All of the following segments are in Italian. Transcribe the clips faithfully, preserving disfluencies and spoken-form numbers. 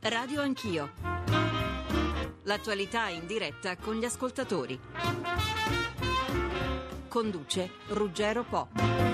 Radio Anch'io. L'attualità in diretta con gli ascoltatori. Conduce Ruggero Po.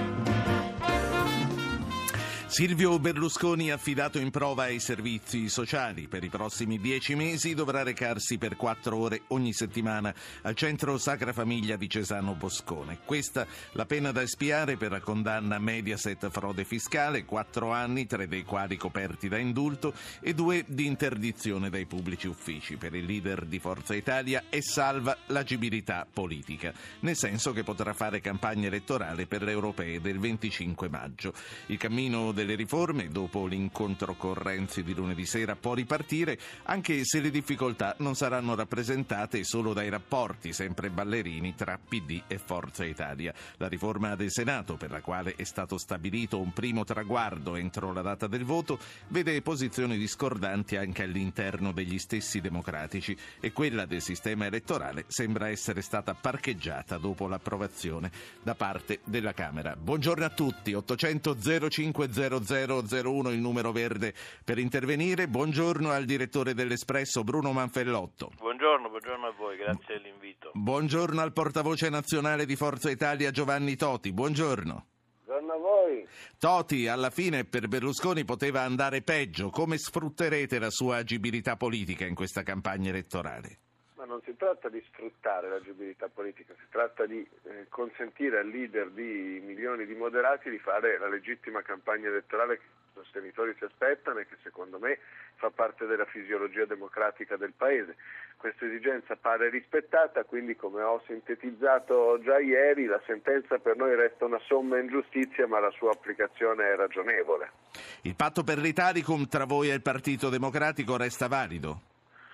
Silvio Berlusconi affidato in prova ai servizi sociali. Per i prossimi dieci mesi dovrà recarsi per quattro ore ogni settimana al centro Sacra Famiglia di Cesano Boscone. Questa la pena da espiare per la condanna Mediaset frode fiscale, quattro anni, tre dei quali coperti da indulto e due di interdizione dai pubblici uffici. Per il leader di Forza Italia è salva l'agibilità politica, nel senso che potrà fare campagna elettorale per le europee del venticinque maggio. Il cammino del delle riforme, dopo l'incontro con Renzi di lunedì sera, può ripartire, anche se le difficoltà non saranno rappresentate solo dai rapporti sempre ballerini tra P D e Forza Italia. La riforma del Senato, per la quale è stato stabilito un primo traguardo entro la data del voto, vede posizioni discordanti anche all'interno degli stessi democratici, e quella del sistema elettorale sembra essere stata parcheggiata dopo l'approvazione da parte della Camera. Buongiorno a tutti. ottocento zero cinque zero zero zero uno il numero verde per intervenire. Buongiorno al direttore dell'Espresso Bruno Manfellotto. Buongiorno, buongiorno a voi, grazie dell'invito. Buongiorno al portavoce nazionale di Forza Italia Giovanni Toti. Buongiorno. Buongiorno a voi. Toti, alla fine per Berlusconi poteva andare peggio. Come sfrutterete la sua agibilità politica in questa campagna elettorale? Ma non si tratta di sfruttare l'agibilità politica, si tratta di eh, consentire al leader di milioni di moderati di fare la legittima campagna elettorale che i sostenitori si aspettano e che secondo me fa parte della fisiologia democratica del Paese. Questa esigenza pare rispettata, quindi come ho sintetizzato già ieri, la sentenza per noi resta una somma ingiustizia, ma la sua applicazione è ragionevole. Il patto per l'Italicum tra voi e il Partito Democratico resta valido?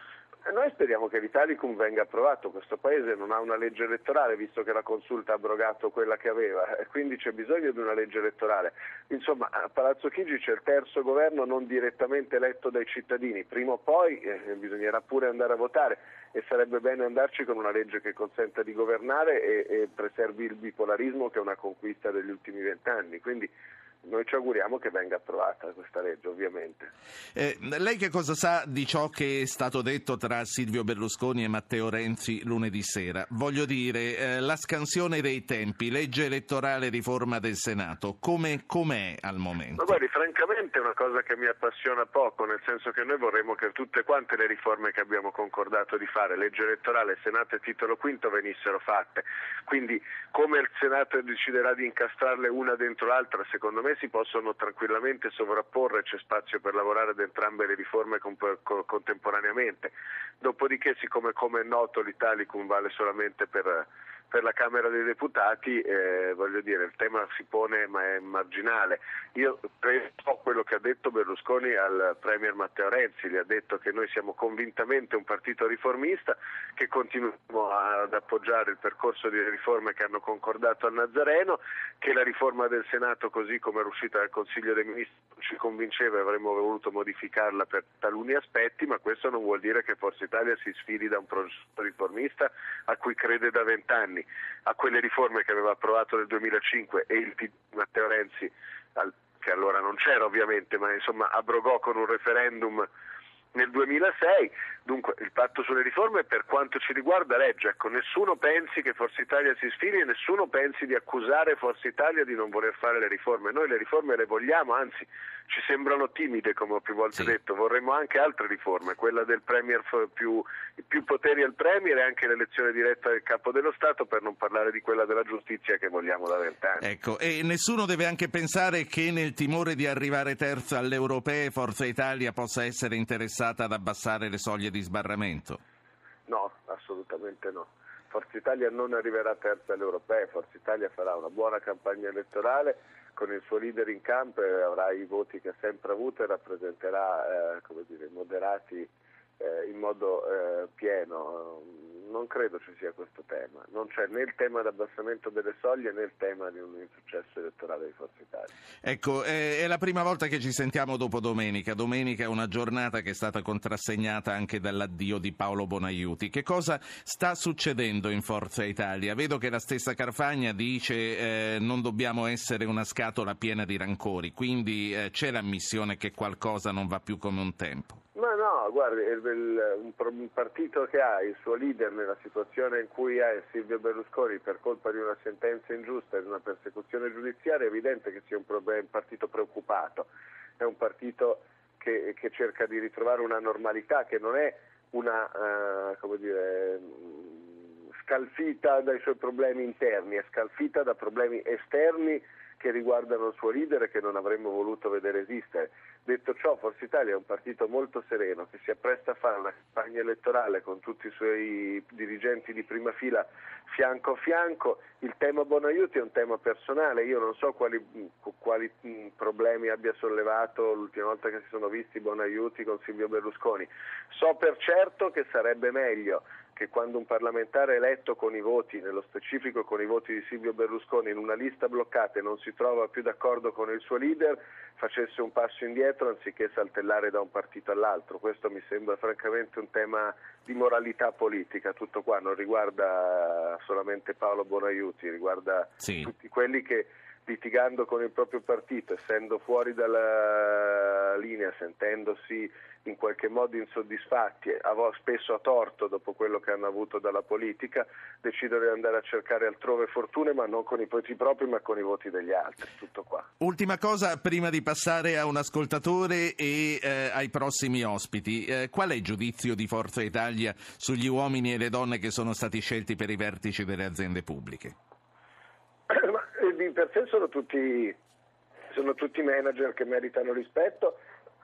Noi speriamo che l'Italicum venga approvato. Questo Paese non ha una legge elettorale, visto che la Consulta ha abrogato quella che aveva, e quindi c'è bisogno di una legge elettorale. Insomma, a Palazzo Chigi c'è il terzo governo non direttamente eletto dai cittadini. Prima o poi eh, bisognerà pure andare a votare, e sarebbe bene andarci con una legge che consenta di governare e, e preservi il bipolarismo, che è una conquista degli ultimi vent'anni. Quindi noi ci auguriamo che venga approvata questa legge, ovviamente. Eh, lei che cosa sa di ciò che è stato detto tra Silvio Berlusconi e Matteo Renzi lunedì sera? Voglio dire, eh, la scansione dei tempi, legge elettorale, riforma del Senato, come com'è al momento? Ma guardi, francamente è una cosa che mi appassiona poco, nel senso che noi vorremmo che tutte quante le riforme che abbiamo concordato di fare, legge elettorale, Senato e titolo quinto, venissero fatte. Quindi come il Senato deciderà di incastrarle una dentro l'altra, secondo me si possono tranquillamente sovrapporre, c'è spazio per lavorare ad entrambe le riforme comp- contemporaneamente. Dopodiché, siccome come è noto l'Italicum vale solamente per, per la Camera dei Deputati, eh, voglio dire, il tema si pone ma è marginale. Io penso quello che ha detto Berlusconi al Premier Matteo Renzi, gli ha detto che noi siamo convintamente un partito riformista, che continuiamo ad appoggiare il percorso di riforme che hanno concordato al Nazareno, che la riforma del Senato, così come era uscita dal Consiglio dei Ministri, ci convinceva e avremmo voluto modificarla per taluni aspetti, ma questo non vuol dire che Forza Italia si sfidi da un progetto riformista a cui crede da vent'anni, a quelle riforme che aveva approvato nel duemilacinque e il P D di Matteo Renzi, che allora non c'era ovviamente, ma insomma abrogò con un referendum nel duemilasei. Dunque il patto sulle riforme per quanto ci riguarda regge. Ecco, nessuno pensi che Forza Italia si sfidi e nessuno pensi di accusare Forza Italia di non voler fare le riforme. Noi le riforme le vogliamo, anzi ci sembrano timide, come ho più volte sì. detto. Vorremmo anche altre riforme, quella del Premier, più, più poteri al Premier, e anche l'elezione diretta del Capo dello Stato, per non parlare di quella della giustizia che vogliamo da vent'anni. Ecco, e nessuno deve anche pensare che nel timore di arrivare terza alle europee Forza Italia possa essere interessata ad abbassare le soglie di sbarramento? No, assolutamente no. Forza Italia non arriverà terza alle europee, Forza Italia farà una buona campagna elettorale con il suo leader in campo, e avrà i voti che ha sempre avuto e rappresenterà eh, come dire, i moderati eh, in modo eh, pieno. Non credo ci sia questo tema, non c'è né il tema dell'abbassamento delle soglie né il tema di un insuccesso elettorale di Forza Italia. Ecco, è la prima volta che ci sentiamo dopo domenica. Domenica è una giornata che è stata contrassegnata anche dall'addio di Paolo Bonaiuti. Che cosa sta succedendo in Forza Italia? Vedo che la stessa Carfagna dice eh, non dobbiamo essere una scatola piena di rancori, quindi eh, c'è l'ammissione che qualcosa non va più come un tempo. Ma no, guardi, il, il, un, un partito che ha il suo leader nella situazione in cui è Silvio Berlusconi per colpa di una sentenza ingiusta e di una persecuzione giudiziaria, è evidente che sia un, problem- un partito preoccupato, è un partito che, che cerca di ritrovare una normalità, che non è una, uh, come dire, scalfita dai suoi problemi interni, è scalfita da problemi esterni che riguardano il suo leader e che non avremmo voluto vedere esistere. Detto ciò, Forza Italia è un partito molto sereno che si appresta a fare una campagna elettorale con tutti i suoi dirigenti di prima fila fianco a fianco. Il tema Bonaiuti è un tema personale, io non so quali, quali problemi abbia sollevato l'ultima volta che si sono visti Bonaiuti con Silvio Berlusconi. So per certo che sarebbe meglio che quando un parlamentare eletto con i voti, nello specifico con i voti di Silvio Berlusconi, in una lista bloccata e non si trova più d'accordo con il suo leader, facesse un passo indietro anziché saltellare da un partito all'altro. Questo mi sembra francamente un tema di moralità politica, tutto qua, non riguarda solamente Paolo Bonaiuti, riguarda sì. tutti quelli che litigando con il proprio partito, essendo fuori dalla linea, sentendosi in qualche modo insoddisfatti, spesso a torto dopo quello che hanno avuto dalla politica, decidono di andare a cercare altrove fortune, ma non con i voti propri ma con i voti degli altri. Tutto qua. Ultima cosa prima di passare a un ascoltatore e eh, ai prossimi ospiti. Eh, qual è il giudizio di Forza Italia sugli uomini e le donne che sono stati scelti per i vertici delle aziende pubbliche? Ma di per sé sono tutti, sono tutti manager che meritano rispetto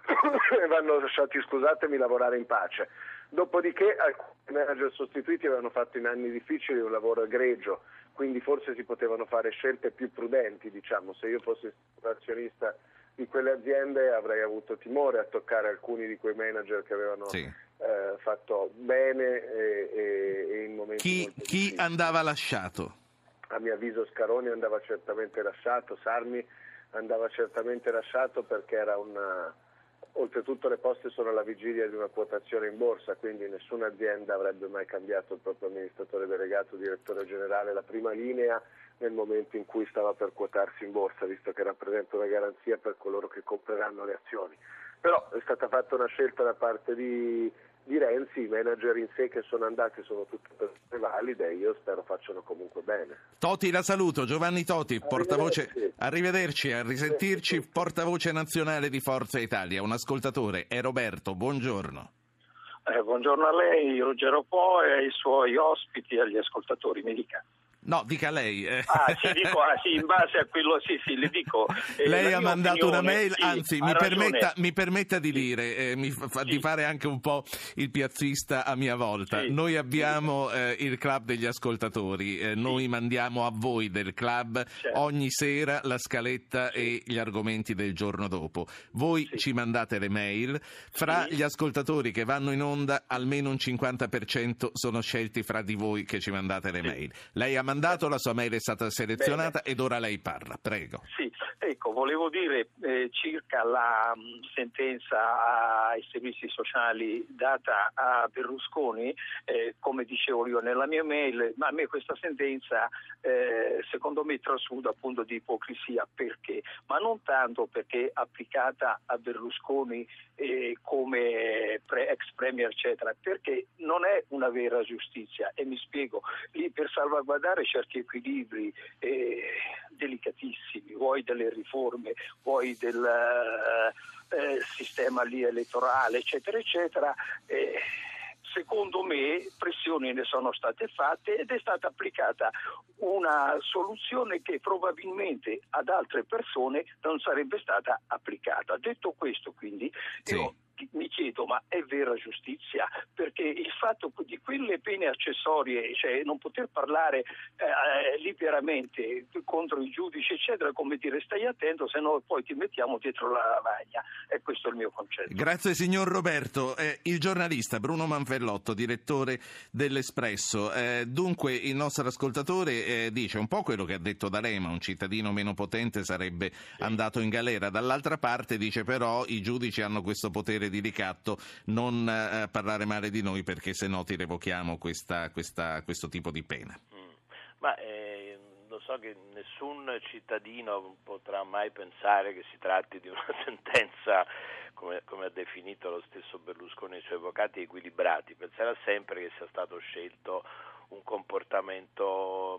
e vanno lasciati, scusatemi, lavorare in pace. Dopodiché alcuni manager sostituiti avevano fatto in anni difficili un lavoro egregio, quindi forse si potevano fare scelte più prudenti, diciamo. Se io fossi azionista di quelle aziende avrei avuto timore a toccare alcuni di quei manager che avevano sì. eh, fatto bene e, e, e in momenti chi, molto chi difficili. andava lasciato? A mio avviso Scaroni andava certamente lasciato, Sarmi andava certamente lasciato perché era una... Oltretutto le poste sono alla vigilia di una quotazione in borsa, quindi nessuna azienda avrebbe mai cambiato il proprio amministratore delegato, direttore generale, la prima linea nel momento in cui stava per quotarsi in borsa, visto che rappresenta una garanzia per coloro che compreranno le azioni. Però è stata fatta una scelta da parte di, di Renzi, i manager in sé che sono andati sono tutte persone valide e io spero facciano comunque bene. Toti la saluto, Giovanni Toti, portavoce, Arrivederci, arrivederci a risentirci, portavoce nazionale di Forza Italia. Un ascoltatore è Roberto, buongiorno. Eh, buongiorno a lei, Ruggero Po, e ai suoi ospiti e agli ascoltatori, mi dica. No, dica lei. Ah, sì, dico, ah, sì, in base a quello, sì, sì, le dico. Eh, lei ha mandato opinione, una mail, sì, anzi, mi permetta, mi permetta di sì. dire, eh, mi fa, sì. di fare anche un po' il piazzista a mia volta. Sì. Noi abbiamo sì. eh, il club degli ascoltatori, eh, sì. noi mandiamo a voi del club certo. ogni sera la scaletta sì. e gli argomenti del giorno dopo. Voi sì. ci mandate le mail, fra sì. gli ascoltatori che vanno in onda almeno un cinquanta per cento sono scelti fra di voi che ci mandate le sì. mail. Lei ha mandato mandato, la sua mail è stata selezionata. Bene. Ed ora lei parla, prego. Sì, ecco, volevo dire eh, circa la mh, sentenza ai servizi sociali data a Berlusconi, eh, come dicevo io nella mia mail, ma a me questa sentenza eh, secondo me trasuda appunto di ipocrisia. Perché? Ma non tanto perché applicata a Berlusconi eh, come pre- ex premier eccetera, perché non è una vera giustizia, e mi spiego. Lì per salvaguardare certi equilibri eh, delicatissimi, vuoi delle riforme, vuoi del eh, sistema lì elettorale eccetera eccetera, eh, secondo me pressioni ne sono state fatte ed è stata applicata una soluzione che probabilmente ad altre persone non sarebbe stata applicata. Detto questo, quindi sì. io mi chiedo, ma è vera giustizia? Perché il fatto di quelle pene accessorie, cioè non poter parlare eh, liberamente contro i giudici eccetera, come dire stai attento, se no poi ti mettiamo dietro la lavagna, e questo è il mio concetto. Grazie signor Roberto. Eh, il giornalista Bruno Manfellotto, direttore dell'Espresso. Eh, dunque il nostro ascoltatore eh, dice un po' quello che ha detto D'Alema, un cittadino meno potente sarebbe sì. andato in galera. Dall'altra parte dice però i giudici hanno questo potere di ricatto, non eh, parlare male di noi perché se no ti revochiamo questa, questa, questo tipo di pena. Mm. Ma eh, lo so che nessun cittadino potrà mai pensare che si tratti di una sentenza, come, come ha definito lo stesso Berlusconi e i suoi avvocati, equilibrati. Penserà sempre che sia stato scelto un comportamento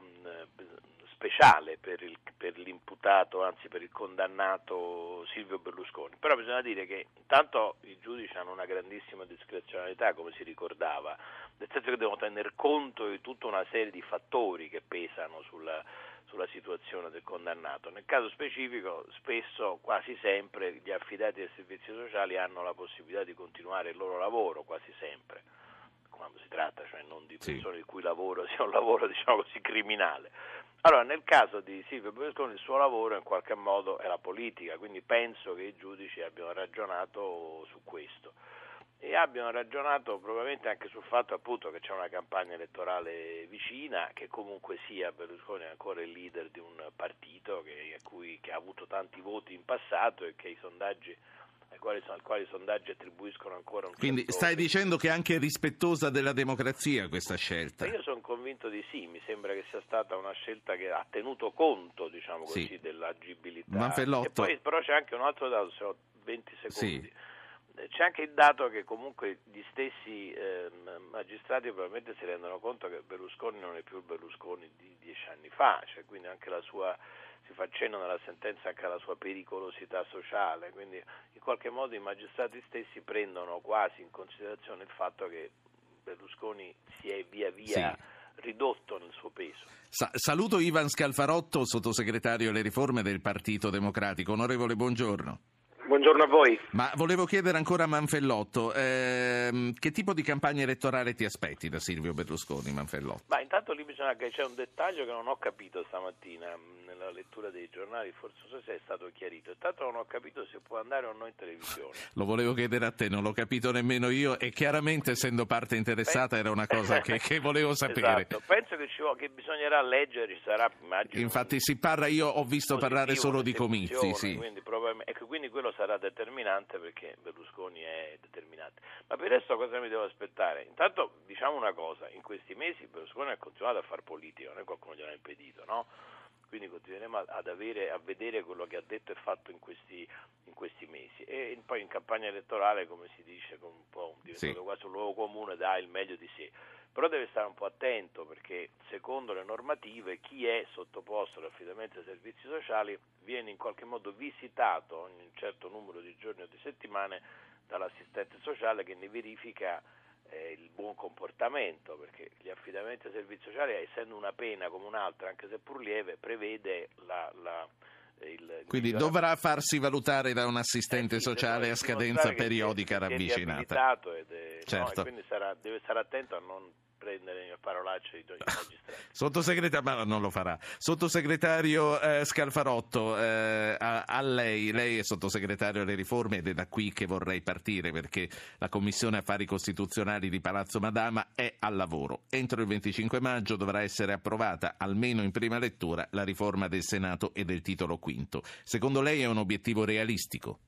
speciale per, il, per l'imputato, anzi per il condannato Silvio Berlusconi. Però bisogna dire che intanto i giudici hanno una grandissima discrezionalità, come si ricordava, nel senso che devono tener conto di tutta una serie di fattori che pesano sulla, sulla situazione del condannato. Nel caso specifico, spesso, quasi sempre, gli affidati ai servizi sociali hanno la possibilità di continuare il loro lavoro, quasi sempre, quando si tratta, cioè non di persone sì. il cui lavoro sia un lavoro, diciamo così, criminale. Allora, nel caso di Silvio Berlusconi il suo lavoro in qualche modo è la politica, quindi penso che i giudici abbiano ragionato su questo e abbiano ragionato probabilmente anche sul fatto appunto che c'è una campagna elettorale vicina, che comunque sia Berlusconi è ancora il leader di un partito che, a cui, che ha avuto tanti voti in passato e che i sondaggi ai quali, ai quali i sondaggi attribuiscono ancora un Quindi certo stai peso. Dicendo che è anche rispettosa della democrazia questa scelta? Io sono convinto di sì, mi sembra che sia stata una scelta che ha tenuto conto, diciamo così, sì. dell'agibilità. Manfellotto. E poi però c'è anche un altro dato, se ho venti secondi. Sì. C'è anche il dato che comunque gli stessi eh, magistrati probabilmente si rendono conto che Berlusconi non è più il Berlusconi di dieci anni fa, cioè quindi anche la sua, si fa cenno nella sentenza anche alla sua pericolosità sociale, quindi in qualche modo i magistrati stessi prendono quasi in considerazione il fatto che Berlusconi si è via via sì. ridotto nel suo peso. Sa- saluto Ivan Scalfarotto, sottosegretario alle riforme del Partito Democratico. Onorevole, buongiorno. Buongiorno a voi. Ma volevo chiedere ancora a Manfellotto, ehm, che tipo di campagna elettorale ti aspetti da Silvio Berlusconi, Manfellotto? Ma intanto lì bisogna che c'è un dettaglio che non ho capito stamattina nella lettura dei giornali, forse non so se è stato chiarito. Intanto non ho capito se può andare o no in televisione. Lo volevo chiedere a te, non l'ho capito nemmeno io e chiaramente essendo parte interessata Penso... era una cosa che, che volevo sapere. Esatto, penso che, ci vo- che bisognerà leggere, ci sarà, immagino. Infatti si parla, io ho visto parlare solo di comizi, sì. Quindi, probabilmente, ecco, quindi quello sarà determinante perché Berlusconi è determinante. Ma per il resto cosa mi devo aspettare? Intanto diciamo una cosa, in questi mesi Berlusconi ha continuato a fare politica, non è qualcuno gliel'ha impedito, no? Quindi continueremo ad avere, a vedere quello che ha detto e fatto in questi, in questi mesi. E poi in campagna elettorale, come si dice, con un po' diventato sì. quasi un luogo comune, dà il meglio di sé. Però deve stare un po' attento perché secondo le normative chi è sottoposto all'affidamento ai servizi sociali viene in qualche modo visitato ogni un certo numero di giorni o di settimane dall'assistente sociale che ne verifica eh, il buon comportamento, perché gli affidamenti ai servizi sociali, essendo una pena come un'altra, anche se pur lieve, prevede la... la Il, Quindi il dovrà farsi valutare da un assistente eh sì, sociale a scadenza periodica che ravvicinata. Ed è, certo. no, e quindi sarà, deve stare attento a non prendere a parolacce i magistrati. Sottosegretario, ma non lo farà. Sottosegretario eh, Scalfarotto, eh, a, a lei, lei è sottosegretario alle riforme ed è da qui che vorrei partire perché la Commissione Affari Costituzionali di Palazzo Madama è al lavoro. Entro il venticinque maggio dovrà essere approvata, almeno in prima lettura, la riforma del Senato e del titolo quinto. Secondo lei è un obiettivo realistico?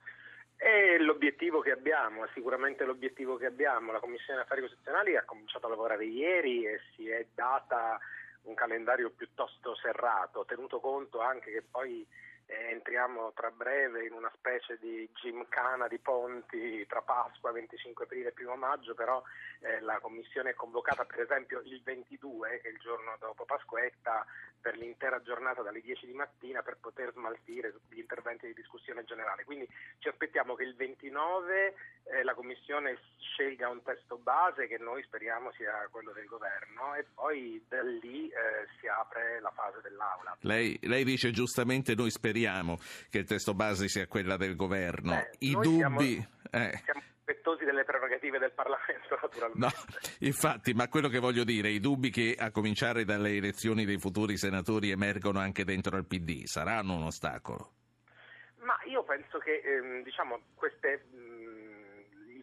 È l'obiettivo che abbiamo, è sicuramente l'obiettivo che abbiamo. La Commissione Affari Costituzionali ha cominciato a lavorare ieri e si è data un calendario piuttosto serrato, tenuto conto anche che poi eh, entriamo tra breve in una specie di gimkhana di ponti tra Pasqua, venticinque aprile e primo maggio, però eh, la Commissione è convocata per esempio il ventidue, che è il giorno dopo Pasquetta, per l'intera giornata dalle dieci di mattina per poter smaltire tutti gli interventi di discussione generale. Quindi ci aspettiamo che il ventinove eh, la Commissione scelga un testo base che noi speriamo sia quello del governo e poi da lì eh, si apre la fase dell'Aula. Lei, lei dice giustamente noi speriamo che il testo base sia quella del governo. Eh, I dubbi... Siamo, eh. siamo rispettosi delle prerogative del Parlamento, naturalmente. No, infatti, ma quello che voglio dire, i dubbi che a cominciare dalle elezioni dei futuri senatori emergono anche dentro il P D saranno un ostacolo? Ma io penso che ehm, diciamo queste mh, il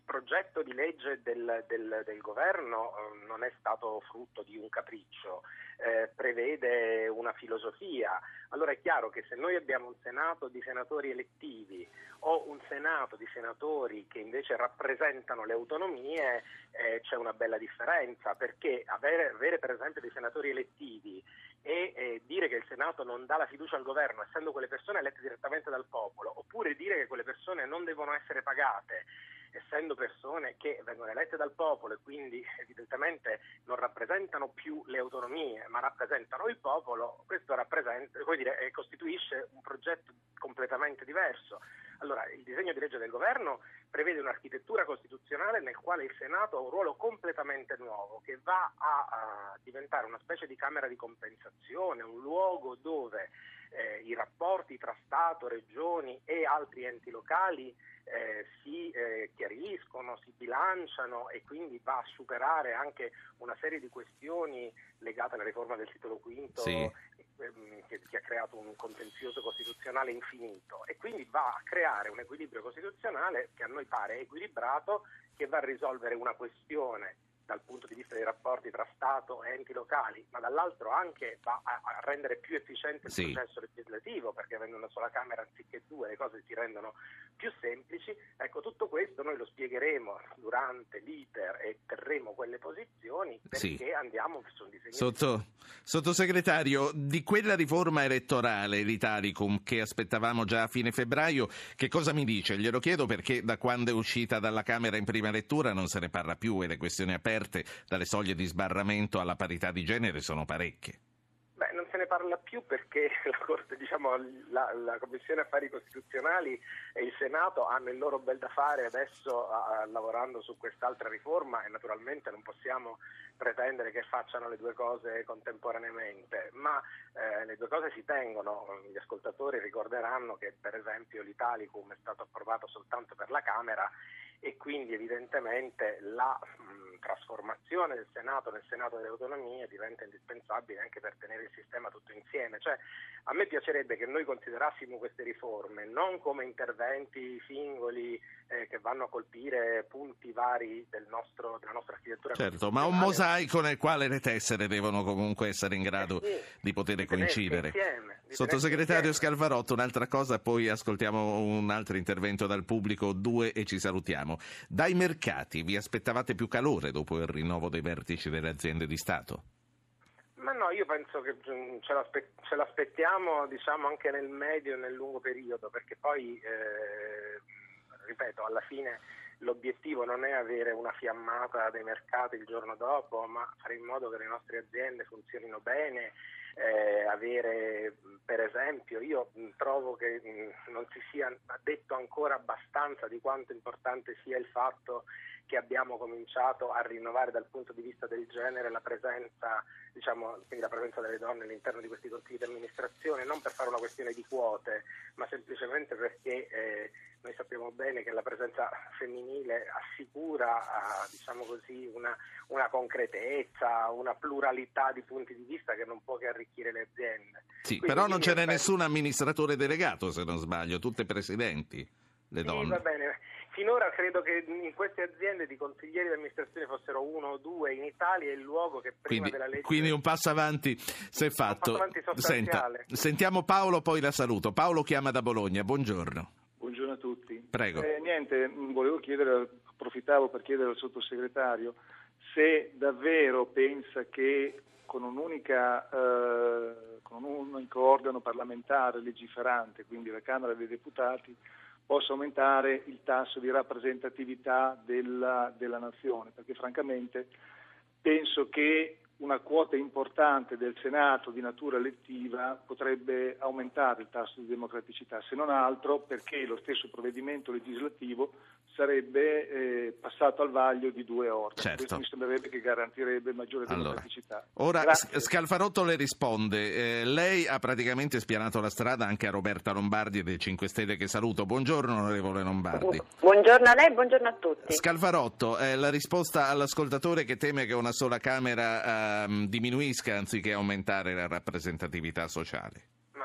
progetto di legge del, del, del governo eh, non è stato frutto di un capriccio, eh, prevede una filosofia. Allora è chiaro che se noi abbiamo un Senato di senatori elettivi o un Senato di senatori che invece rappresentano le autonomie, eh, c'è una bella differenza, perché avere, avere per esempio dei senatori elettivi e eh, dire che il Senato non dà la fiducia al governo, essendo quelle persone elette direttamente dal popolo, oppure dire che quelle persone non devono essere pagate, essendo persone che vengono elette dal popolo e quindi evidentemente non rappresentano più le autonomie, ma rappresentano il popolo, questo rappresenta, come dire, eh, costituisce un progetto completamente diverso. Allora, il disegno di legge del governo prevede un'architettura costituzionale nel quale il Senato ha un ruolo completamente nuovo, che va a, a diventare una specie di camera di compensazione, un luogo dove eh, i rapporti tra Stato, Regioni e altri enti locali eh, si eh, chiariscono, si bilanciano, e quindi va a superare anche una serie di questioni legate alla riforma del titolo quinto. Sì. Che, che ha creato un contenzioso costituzionale infinito, e quindi va a creare un equilibrio costituzionale che a noi pare equilibrato, che va a risolvere una questione dal punto di vista dei rapporti tra Stato e enti locali, ma dall'altro anche va a, a rendere più efficiente il sì. processo legislativo, perché avendo una sola Camera anziché due le cose si rendono più semplici. Ecco, tutto questo noi lo spiegheremo durante l'iter e terremo quelle posizioni, perché sì. andiamo su un disegno. Sotto, Sottosegretario, di quella riforma elettorale, l'Italicum, che aspettavamo già a fine febbraio, che cosa mi dice? Glielo chiedo perché da quando è uscita dalla Camera in prima lettura non se ne parla più e le questioni aperte dalle soglie di sbarramento alla parità di genere sono parecchie. Beh, non se ne parla più perché la Corte, diciamo, la, la Commissione Affari Costituzionali e il Senato hanno il loro bel da fare adesso a, a, lavorando su quest'altra riforma, e naturalmente non possiamo pretendere che facciano le due cose contemporaneamente, ma eh, le due cose si tengono. Gli ascoltatori ricorderanno che per esempio l'Italicum è stato approvato soltanto per la Camera, e quindi evidentemente la mh, trasformazione del Senato nel Senato delle autonomie diventa indispensabile anche per tenere il sistema tutto insieme. Cioè, a me piacerebbe che noi considerassimo queste riforme non come interventi singoli eh, che vanno a colpire punti vari del nostro, della nostra architettura. Certo, ma un mosaico nel quale le tessere devono comunque essere in grado eh sì, di poter di coincidere. Insieme, di Sottosegretario Scalfarotto, un'altra cosa, poi ascoltiamo un altro intervento dal pubblico, due e ci salutiamo. Dai mercati vi aspettavate più calore dopo il rinnovo dei vertici delle aziende di Stato? Ma no, io penso che ce, l'aspe- ce l'aspettiamo, diciamo, anche nel medio e nel lungo periodo, perché poi, eh, ripeto, alla fine l'obiettivo non è avere una fiammata dei mercati il giorno dopo, ma fare in modo che le nostre aziende funzionino bene. Eh, avere, per esempio, io trovo che mh, non si sia detto ancora abbastanza di quanto importante sia il fatto che abbiamo cominciato a rinnovare dal punto di vista del genere la presenza, diciamo, quindi la presenza delle donne all'interno di questi consigli di amministrazione, non per fare una questione di quote, ma semplicemente perché eh, noi sappiamo bene che la presenza femminile assicura, eh, diciamo così, una, una concretezza, una pluralità di punti di vista che non può che arricchire le aziende. Sì, Quindi, però non ce n'è penso... nessun amministratore delegato, se non sbaglio, tutte presidenti, le donne. Sì, va bene. Finora credo che in queste aziende di consiglieri di amministrazione fossero uno o due. In Italia è il luogo che prima quindi, della legge... Quindi un passo avanti si è fatto. Un passo avanti sostanziale. Senta, sentiamo Paolo, poi la saluto. Paolo chiama da Bologna, buongiorno. Buongiorno a tutti. Prego. Eh, niente, volevo chiedere, approfittavo per chiedere al sottosegretario se davvero pensa che con un'unica, eh, con un unico organo parlamentare legiferante, quindi la Camera dei Deputati, possa aumentare il tasso di rappresentatività della, della nazione, perché francamente penso che una quota importante del Senato di natura elettiva potrebbe aumentare il tasso di democraticità, se non altro perché lo stesso provvedimento legislativo sarebbe eh, passato al vaglio di due organi. Certo. Questo mi sembrerebbe che garantirebbe maggiore democraticità. Allora, ora Grazie. Scalfarotto le risponde. Eh, lei ha praticamente spianato la strada anche a Roberta Lombardi dei cinque Stelle, che saluto. Buongiorno onorevole Lombardi. Buongiorno a lei, buongiorno a tutti. Scalfarotto, eh, la risposta all'ascoltatore che teme che una sola Camera eh, diminuisca anziché aumentare la rappresentatività sociale. Ma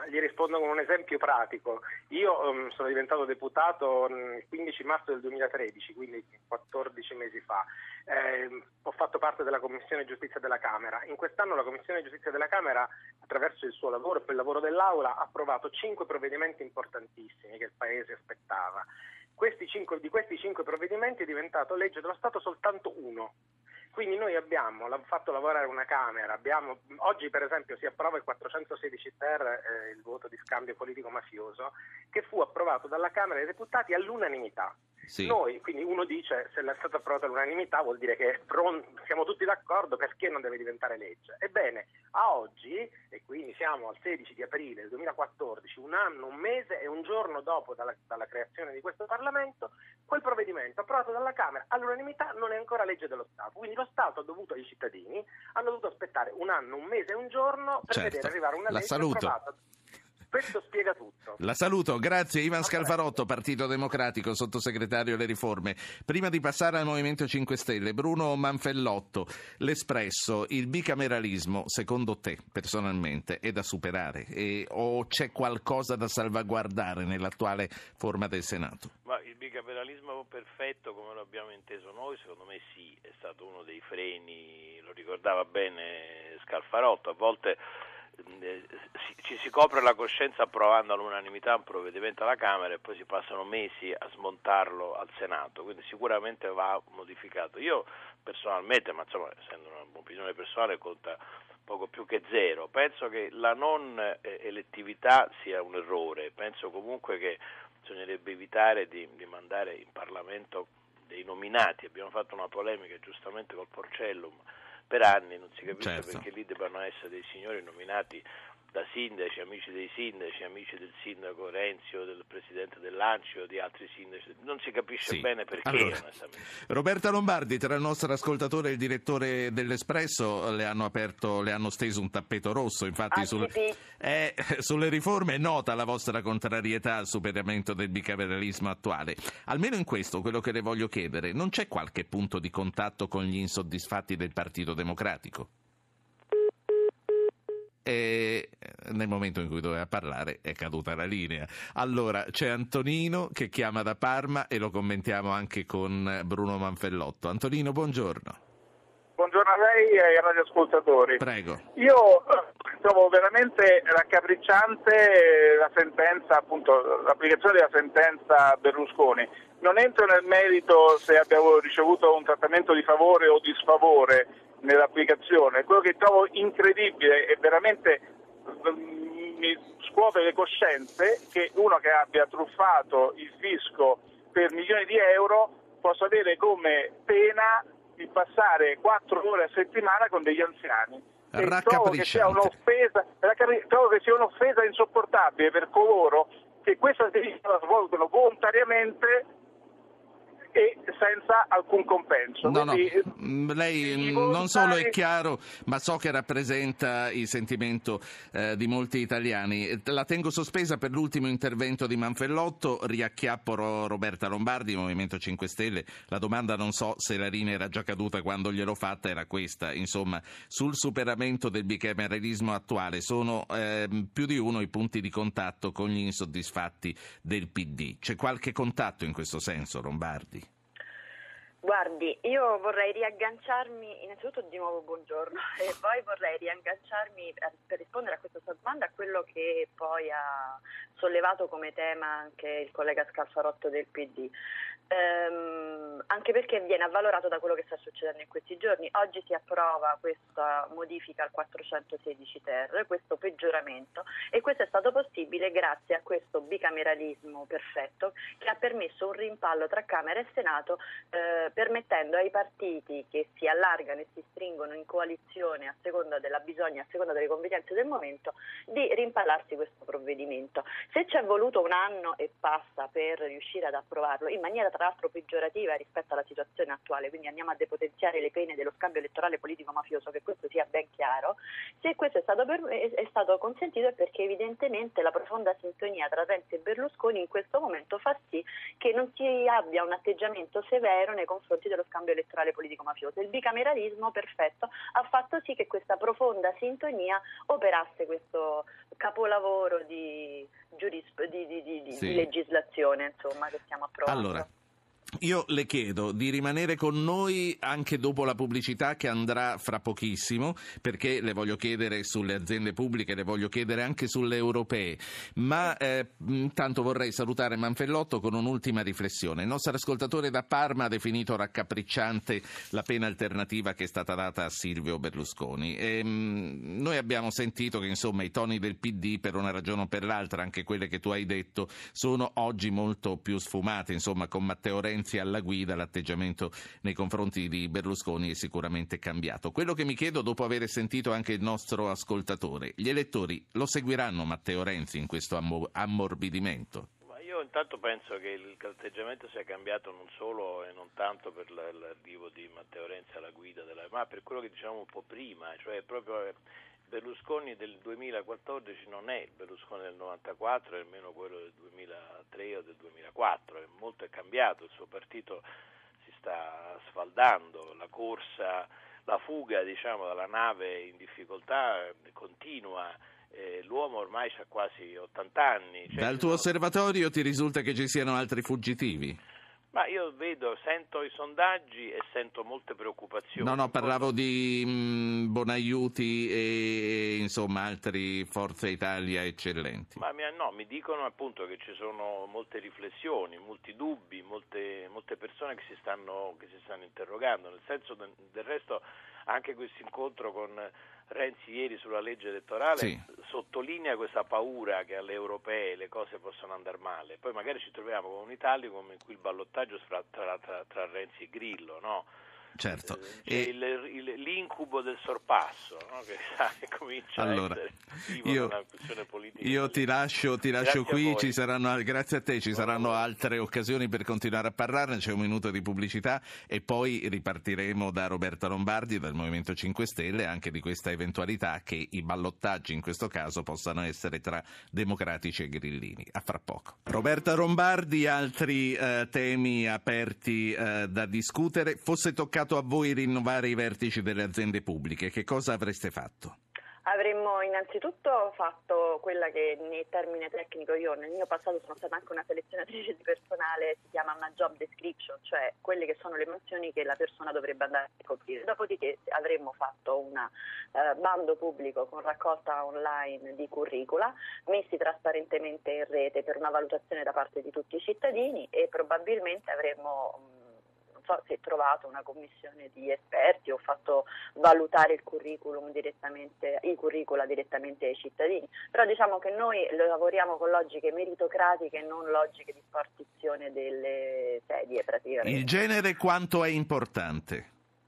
Ma gli rispondo con un esempio pratico. Io um, sono diventato deputato il quindici marzo del duemilatredici, quindi quattordici mesi fa. Eh, ho fatto parte della Commissione Giustizia della Camera. In quest'anno la Commissione Giustizia della Camera, attraverso il suo lavoro e per il lavoro dell'Aula, ha approvato cinque provvedimenti importantissimi che il Paese aspettava. Questi cinque, di questi cinque provvedimenti è diventato legge dello Stato soltanto uno. Quindi noi abbiamo fatto lavorare una Camera, abbiamo, oggi per esempio si approva il quattrocentosedici ter, eh, il voto di scambio politico-mafioso, che fu approvato dalla Camera dei Deputati all'unanimità. Sì. Noi, quindi uno dice, se è stato approvato all'unanimità vuol dire che è pronto, siamo tutti d'accordo, perché non deve diventare legge. Ebbene, a oggi, e quindi siamo al sedici di aprile del duemilaquattordici, un anno, un mese e un giorno dopo dalla, dalla creazione di questo Parlamento, quel provvedimento approvato dalla Camera all'unanimità non è ancora legge dello Stato. Quindi lo Stato ha dovuto, i cittadini, hanno dovuto aspettare un anno, un mese e un giorno per certo. vedere arrivare una La legge saluto. approvata. Questo spiega tutto. La saluto, grazie. Ivan Scalfarotto, Partito Democratico, sottosegretario alle riforme. Prima di passare al Movimento cinque Stelle, Bruno Manfellotto, l'Espresso, il bicameralismo, secondo te, personalmente, è da superare? E, o c'è qualcosa da salvaguardare nell'attuale forma del Senato? Ma il bicameralismo perfetto, come lo abbiamo inteso noi, secondo me sì, è stato uno dei freni, lo ricordava bene Scalfarotto, a volte ci si copre la coscienza approvando all'unanimità un provvedimento alla Camera e poi si passano mesi a smontarlo al Senato, quindi sicuramente va modificato. Io personalmente, ma insomma essendo un'opinione personale conta poco più che zero, penso che la non elettività sia un errore, penso comunque che bisognerebbe evitare di, di mandare in Parlamento dei nominati. Abbiamo fatto una polemica giustamente col Porcellum per anni, non si capisce certo. perché lì debbano essere dei signori nominati da sindaci, amici dei sindaci, amici del sindaco Renzi o del presidente dell'Anci o di altri sindaci, non si capisce sì. bene perché allora, onestamente. Roberta Lombardi, tra il nostro ascoltatore e il direttore dell'Espresso, le hanno aperto, le hanno steso un tappeto rosso, infatti sul, eh, sulle riforme è nota la vostra contrarietà al superamento del bicameralismo attuale. Almeno in questo, quello che le voglio chiedere, non c'è qualche punto di contatto con gli insoddisfatti del Partito Democratico? E nel momento in cui doveva parlare è caduta la linea. Allora c'è Antonino che chiama da Parma e lo commentiamo anche con Bruno Manfellotto. Antonino, buongiorno. Buongiorno a lei e ai radioascoltatori. Prego. Io trovo veramente raccapricciante la sentenza, appunto l'applicazione della sentenza Berlusconi. Non entro nel merito se abbiamo ricevuto un trattamento di favore o di sfavore nell'applicazione. Quello che trovo incredibile e veramente mi scuote le coscienze che uno che abbia truffato il fisco per milioni di euro possa avere come pena di passare quattro ore a settimana con degli anziani. E trovo che sia un'offesa, trovo che sia un'offesa insopportabile per coloro che questa attività la svolgono volontariamente e senza alcun compenso. No, Quindi, no, lei non solo è chiaro, ma so che rappresenta il sentimento eh, di molti italiani. La tengo sospesa per l'ultimo intervento di Manfellotto, riacchiappo Roberta Lombardi, Movimento cinque Stelle. La domanda non so se la linea era già caduta quando gliel'ho fatta, era questa. Insomma, sul superamento del bicameralismo attuale sono eh, più di uno i punti di contatto con gli insoddisfatti del P D. C'è qualche contatto in questo senso, Lombardi? Guardi, io vorrei riagganciarmi, innanzitutto di nuovo buongiorno, e poi vorrei riagganciarmi per rispondere a questa sua domanda a quello che poi ha sollevato come tema anche il collega Scalfarotto del P D. Ehm, anche perché viene avvalorato da quello che sta succedendo in questi giorni. Oggi si approva questa modifica al quattrocentosedici ter, questo peggioramento, e questo è stato possibile grazie a questo bicameralismo perfetto che ha permesso un rimpallo tra Camera e Senato, eh, permettendo ai partiti che si allargano e si stringono in coalizione a seconda della bisogna, a seconda delle convenienze del momento, di rimpallarsi questo provvedimento. Se ci è voluto un anno e passa per riuscire ad approvarlo in maniera tra l'altro peggiorativa rispetto alla situazione attuale, quindi andiamo a depotenziare le pene dello scambio elettorale politico-mafioso, che questo sia ben chiaro, Se questo è stato, per, è, è stato consentito è perché evidentemente la profonda sintonia tra Renzi e Berlusconi in questo momento fa sì che non si abbia un atteggiamento severo nei confronti dello scambio elettorale politico-mafioso. Il bicameralismo perfetto ha fatto sì che questa profonda sintonia operasse questo capolavoro di, giuris- di, di, di, di, sì. di legislazione, insomma, che stiamo approvando. Allora, io le chiedo di rimanere con noi anche dopo la pubblicità che andrà fra pochissimo, perché le voglio chiedere sulle aziende pubbliche, le voglio chiedere anche sulle europee, ma eh, intanto vorrei salutare Manfellotto con un'ultima riflessione. Il nostro ascoltatore da Parma ha definito raccapricciante la pena alternativa che è stata data a Silvio Berlusconi. E, mh, noi abbiamo sentito che insomma i toni del P D, per una ragione o per l'altra, anche quelle che tu hai detto, sono oggi molto più sfumate, insomma con Matteo Renzi alla guida l'atteggiamento nei confronti di Berlusconi è sicuramente cambiato. Quello che mi chiedo, dopo aver sentito anche il nostro ascoltatore, gli elettori lo seguiranno Matteo Renzi in questo ammor- ammorbidimento? Ma io intanto penso che l'atteggiamento sia cambiato non solo e non tanto per l'arrivo di Matteo Renzi alla guida della, ma per quello che dicevamo un po' prima, cioè proprio Berlusconi del duemilaquattordici non è il Berlusconi del novantaquattro, è nemmeno quello del duemilatré o del duemilaquattro, è molto è cambiato, il suo partito si sta sfaldando, la corsa, la fuga diciamo dalla nave in difficoltà continua, eh, l'uomo ormai ha quasi ottanta anni. Cioè, Dal tuo no, osservatorio ti risulta che ci siano altri fuggitivi? Ma io vedo, sento i sondaggi e sento molte preoccupazioni. No, no, parlavo di mh, Bonaiuti e insomma altri Forza Italia eccellenti. Ma mi, no, mi dicono appunto che ci sono molte riflessioni, molti dubbi, molte, molte persone che si stanno che si stanno interrogando, nel senso del, del resto anche questo incontro con Renzi ieri sulla legge elettorale sì. sottolinea questa paura che alle europee le cose possono andare male. Poi magari ci troviamo con un'Italia come in cui il ballottaggio tra, tra, tra, tra Renzi e Grillo, no? Certo. Eh, e... il, il, l'incubo del sorpasso, no? Che sai, comincia allora, a essere io, una questione politica. Io ti lascio, ti lascio qui, ci saranno, grazie a te, ci Buon saranno lavoro. altre occasioni per continuare a parlarne, c'è un minuto di pubblicità e poi ripartiremo da Roberta Lombardi, dal Movimento cinque Stelle, anche di questa eventualità che i ballottaggi in questo caso possano essere tra democratici e grillini. A fra poco. Roberta Lombardi, altri eh, temi aperti eh, da discutere. Fosse toccato a voi rinnovare i vertici delle aziende pubbliche, che cosa avreste fatto? Avremmo innanzitutto fatto quella che nel termine tecnico io nel mio passato sono stata anche una selezionatrice di personale, si chiama una job description, cioè quelle che sono le mansioni che la persona dovrebbe andare a coprire. Dopodiché avremmo fatto un uh, bando pubblico con raccolta online di curricula, messi trasparentemente in rete per una valutazione da parte di tutti i cittadini e probabilmente avremmo non so se trovato una commissione di esperti o fatto valutare il curriculum direttamente, i curricula direttamente ai cittadini, però diciamo che noi lavoriamo con logiche meritocratiche e non logiche di spartizione delle sedie praticamente. Il genere quanto è importante?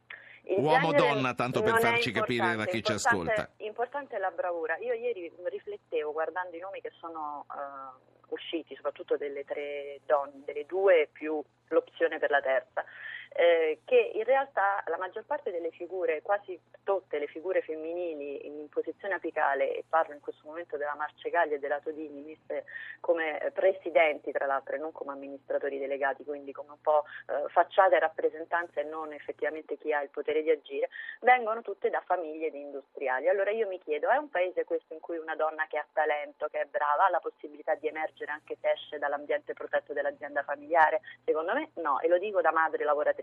Il Uomo-donna, tanto per farci capire da chi ci ascolta. Importante è la bravura. Io ieri riflettevo guardando i nomi che sono uh, usciti, soprattutto delle tre donne, delle due più l'opzione per la terza, eh, che in realtà la maggior parte delle figure, quasi tutte le figure femminili in posizione apicale, e parlo in questo momento della Marcegaglia e della Todini, messe come presidenti tra l'altro e non come amministratori delegati, quindi come un po' eh, facciata e rappresentanza e non effettivamente chi ha il potere di agire, vengono tutte da famiglie di industriali. Allora io mi chiedo, è un paese questo in cui una donna che ha talento, che è brava, ha la possibilità di emergere anche se esce dall'ambiente protetto dell'azienda familiare? Secondo me no, e lo dico da madre lavoratrice,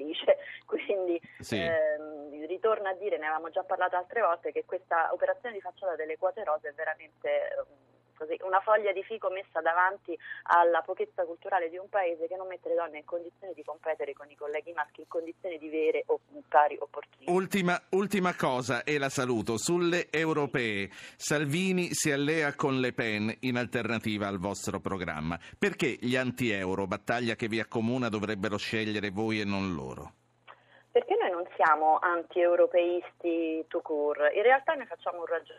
quindi sì. ehm, ritorno a dire, ne avevamo già parlato altre volte, che questa operazione di facciata delle quote rose è veramente così, una foglia di fico messa davanti alla pochezza culturale di un paese che non mette le donne in condizione di competere con i colleghi maschi, in condizione di vere o pari opportunità. Ultima, ultima cosa, e la saluto. Sulle europee, Salvini si allea con Le Pen in alternativa al vostro programma. Perché gli anti-euro, battaglia che vi accomuna, dovrebbero scegliere voi e non loro? Perché noi non siamo anti-europeisti tout court, in realtà noi facciamo un ragionamento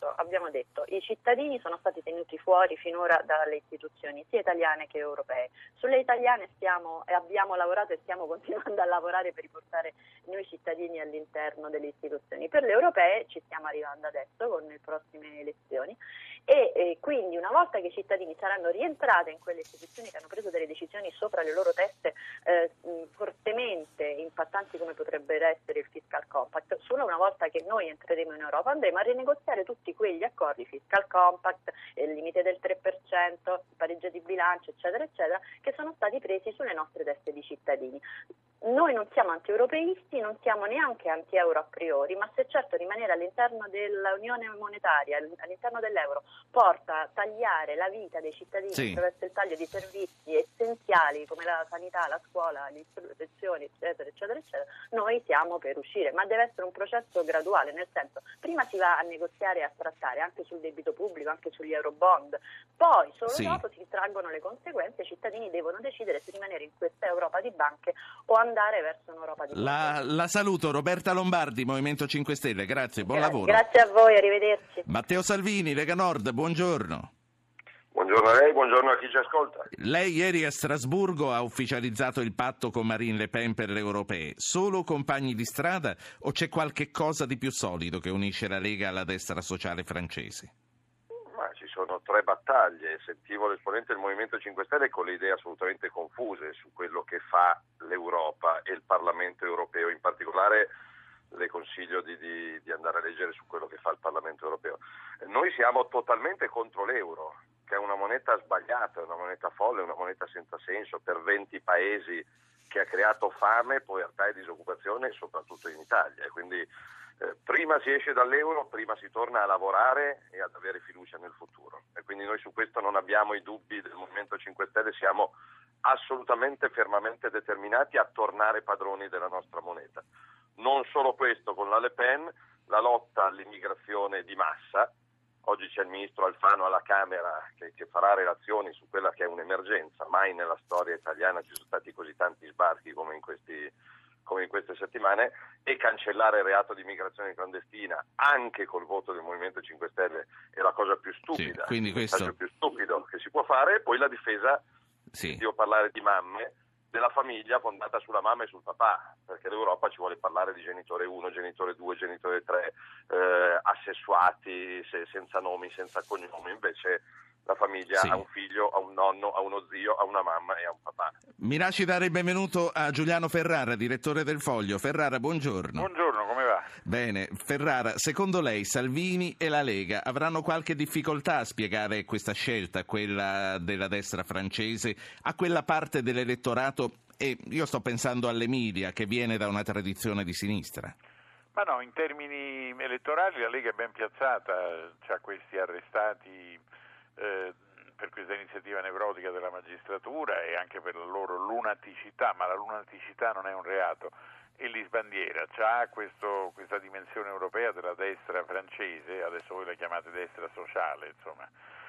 detto, abbiamo detto, i cittadini sono stati tenuti fuori finora dalle istituzioni sia italiane che europee. Sulle italiane stiamo e abbiamo lavorato e stiamo continuando a lavorare per riportare noi cittadini all'interno delle istituzioni. Per le europee ci stiamo arrivando adesso con le prossime elezioni e, e quindi una volta che i cittadini saranno rientrati in quelle istituzioni che hanno preso delle decisioni sopra le loro teste eh, fortemente impattanti come potrebbero essere il Fiscal Compact, solo una volta che noi entreremo in Europa andremo a rinegoziare tutti quegli accordi, Fiscal Compact, il limite del tre per cento, il pareggio di bilancio, eccetera, eccetera, che sono stati presi sulle nostre teste di cittadini. Noi non siamo anti-europeisti, non siamo neanche anti-euro a priori, ma se certo rimanere all'interno dell'unione monetaria, all'interno dell'euro, porta a tagliare la vita dei cittadini sì. attraverso il taglio di servizi essenziali come la sanità, la scuola, l'istruzione, eccetera, eccetera, eccetera, noi siamo per uscire, ma deve essere un processo graduale, nel senso, prima si va a negoziare e a trattare anche sul debito pubblico, anche sugli eurobond, poi solo sì. dopo si traggono le conseguenze, i cittadini devono decidere se rimanere in questa Europa di banche o andare verso un'Europa di la, la saluto, Roberta Lombardi, Movimento cinque Stelle, grazie, buon Gra- lavoro. Grazie a voi, arrivederci. Matteo Salvini, Lega Nord, buongiorno. Buongiorno a lei, buongiorno a chi ci ascolta. Lei ieri a Strasburgo ha ufficializzato il patto con Marine Le Pen per le europee. Solo compagni di strada o c'è qualche cosa di più solido che unisce la Lega alla destra sociale francese? Ma ci sono tre battaglie. Sentivo l'esponente del Movimento cinque Stelle con le idee assolutamente confuse su quello che fa l'Europa e il Parlamento europeo. In particolare le consiglio di, di, di andare a leggere su quello che fa il Parlamento europeo. Noi siamo totalmente contro l'euro, che è una moneta sbagliata, una moneta folle, una moneta senza senso per venti paesi, che ha creato fame, povertà e disoccupazione, soprattutto in Italia. Quindi eh, prima si esce dall'euro, prima si torna a lavorare e ad avere fiducia nel futuro. E quindi noi su questo non abbiamo i dubbi del Movimento cinque Stelle, siamo assolutamente fermamente determinati a tornare padroni della nostra moneta. Non solo questo, con la Le Pen, la lotta all'immigrazione di massa. Oggi c'è il ministro Alfano alla Camera che, che farà relazioni su quella che è un'emergenza. Mai nella storia italiana ci sono stati così tanti sbarchi come in, questi, come in queste settimane, e cancellare il reato di immigrazione clandestina anche col voto del Movimento cinque Stelle è la cosa più stupida, sì, quindi il questo... messaggio più stupido che si può fare. E poi la difesa, sì. devo parlare di mamme, della famiglia fondata sulla mamma e sul papà, perché l'Europa ci vuole parlare di genitore uno, genitore due, genitore tre, eh, assessuati, se, senza nomi, senza cognomi. Invece la famiglia sì. ha un figlio, ha un nonno, ha uno zio, ha una mamma e ha un papà. Mi lasci dare il benvenuto a Giuliano Ferrara, direttore del Foglio. Ferrara, buongiorno. Buongiorno, come va? Bene, Ferrara, secondo lei Salvini e la Lega avranno qualche difficoltà a spiegare questa scelta, quella della destra francese, a quella parte dell'elettorato, e io sto pensando all'Emilia, che viene da una tradizione di sinistra? Ma no, in termini elettorali la Lega è ben piazzata, c'ha questi arrestati eh, per questa iniziativa nevrotica della magistratura e anche per la loro lunaticità, ma la lunaticità non è un reato, e li sbandiera. C'ha questo, questa dimensione europea della destra francese, adesso voi la chiamate destra sociale, insomma,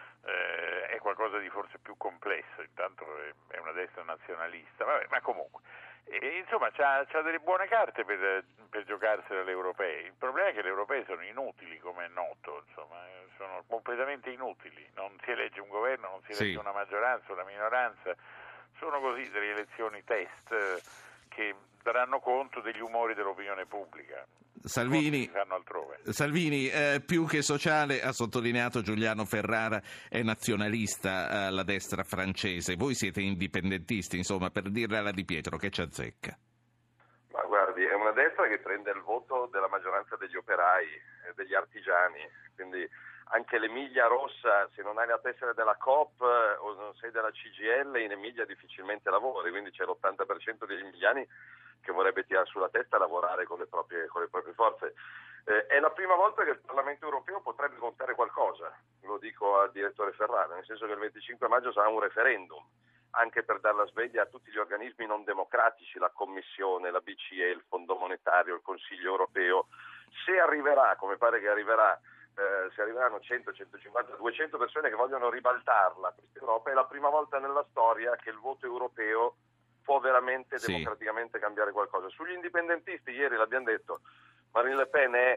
eh, è qualcosa di forse più complesso, intanto è, è una destra nazionalista, vabbè, ma comunque. E, insomma, c'ha, c'ha delle buone carte per, per giocarsene alle europee. Il problema è che le europee sono inutili, come è noto, insomma, sono completamente inutili. Non si elegge un governo, non si elegge sì. una maggioranza, una minoranza. Sono così delle elezioni test che daranno conto degli umori dell'opinione pubblica. Salvini, Salvini eh, più che sociale, ha sottolineato Giuliano Ferrara, è nazionalista eh, la destra francese. Voi siete indipendentisti, insomma, per dirle alla Di Pietro che ci azzecca. Ma guardi, è una destra che prende il voto della maggioranza degli operai, eh, degli artigiani, quindi anche l'Emilia Rossa, se non hai la tessera della Coop eh, o non sei della C G I L, in Emilia difficilmente lavori, quindi c'è l'ottanta per cento degli emiliani che vorrebbe tirare sulla testa e lavorare con le proprie, con le proprie forze. Eh, è la prima volta che il Parlamento europeo potrebbe contare qualcosa, lo dico al direttore Ferrara, nel senso che il venticinque maggio sarà un referendum, anche per dar la sveglia a tutti gli organismi non democratici, la Commissione, la B C E, il Fondo Monetario, il Consiglio Europeo. Se arriverà, come pare che arriverà, eh, se arriveranno cento, centocinquanta, duecento persone che vogliono ribaltarla, questa Europa, è la prima volta nella storia che il voto europeo può veramente sì. democraticamente cambiare qualcosa. Sugli indipendentisti, ieri l'abbiamo detto, Marine Le Pen è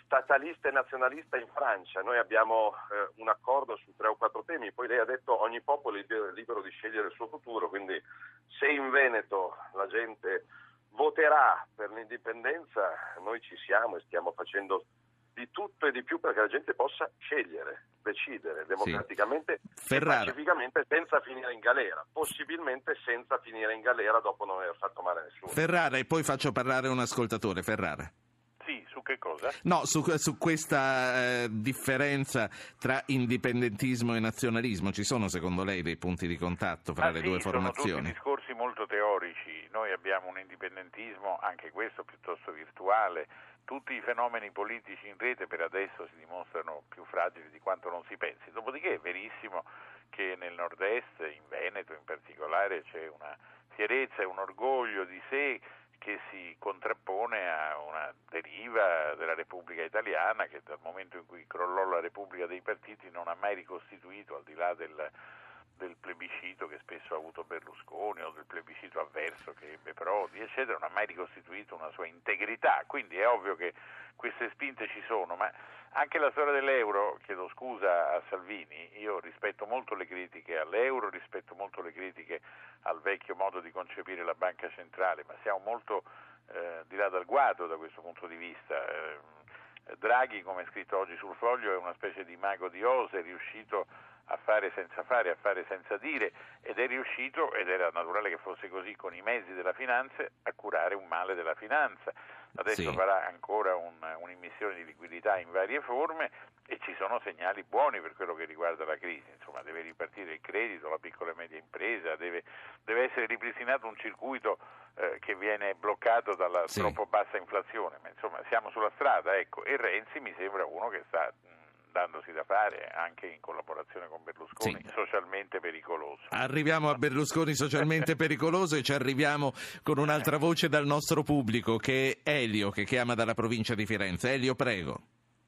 statalista e nazionalista in Francia. Noi abbiamo eh, un accordo su tre o quattro temi, poi lei ha detto ogni popolo è libero di scegliere il suo futuro, quindi se in Veneto la gente voterà per l'indipendenza, noi ci siamo e stiamo facendo di tutto e di più perché la gente possa scegliere, decidere democraticamente sì. e pacificamente senza finire in galera, possibilmente senza finire in galera dopo non aver fatto male a nessuno. Ferrara, e poi faccio parlare un ascoltatore. Ferrara. Sì, su che cosa? No, su, su questa eh, differenza tra indipendentismo e nazionalismo. Ci sono secondo lei dei punti di contatto fra Ma le sì, due formazioni? Sono tutti discorsi molto teorici. Noi abbiamo un indipendentismo, anche questo piuttosto virtuale. Tutti i fenomeni politici in rete per adesso si dimostrano più fragili di quanto non si pensi. Dopodiché è verissimo che nel nord-est, in Veneto in particolare, c'è una fierezza e un orgoglio di sé che si contrappone a una deriva della Repubblica Italiana che dal momento in cui crollò la Repubblica dei partiti non ha mai ricostituito, al di là del, del plebiscito che spesso ha avuto Berlusconi o del plebiscito avverso che ebbe Prodi, eccetera, non ha mai ricostituito una sua integrità. Quindi è ovvio che queste spinte ci sono, ma anche la storia dell'euro, chiedo scusa a Salvini, io rispetto molto le critiche all'euro, rispetto molto le critiche al vecchio modo di concepire la banca centrale, ma siamo molto eh, di là dal guado da questo punto di vista. Eh, Draghi, come è scritto oggi sul Foglio, è una specie di mago di Oz, è riuscito a fare senza fare, a fare senza dire, ed è riuscito, ed era naturale che fosse così, con i mezzi della finanza, a curare un male della finanza. Adesso sì. farà ancora un, un'immissione di liquidità in varie forme e ci sono segnali buoni per quello che riguarda la crisi. Insomma, deve ripartire il credito, la piccola e media impresa, deve, deve essere ripristinato un circuito eh, che viene bloccato dalla sì. troppo bassa inflazione. Ma insomma, siamo sulla strada, ecco, e Renzi mi sembra uno che sta dandosi da fare anche in collaborazione con Berlusconi, sì. socialmente pericoloso. Arriviamo a Berlusconi socialmente pericoloso e ci arriviamo con un'altra voce dal nostro pubblico, che è Elio, che chiama dalla provincia di Firenze. Elio, prego.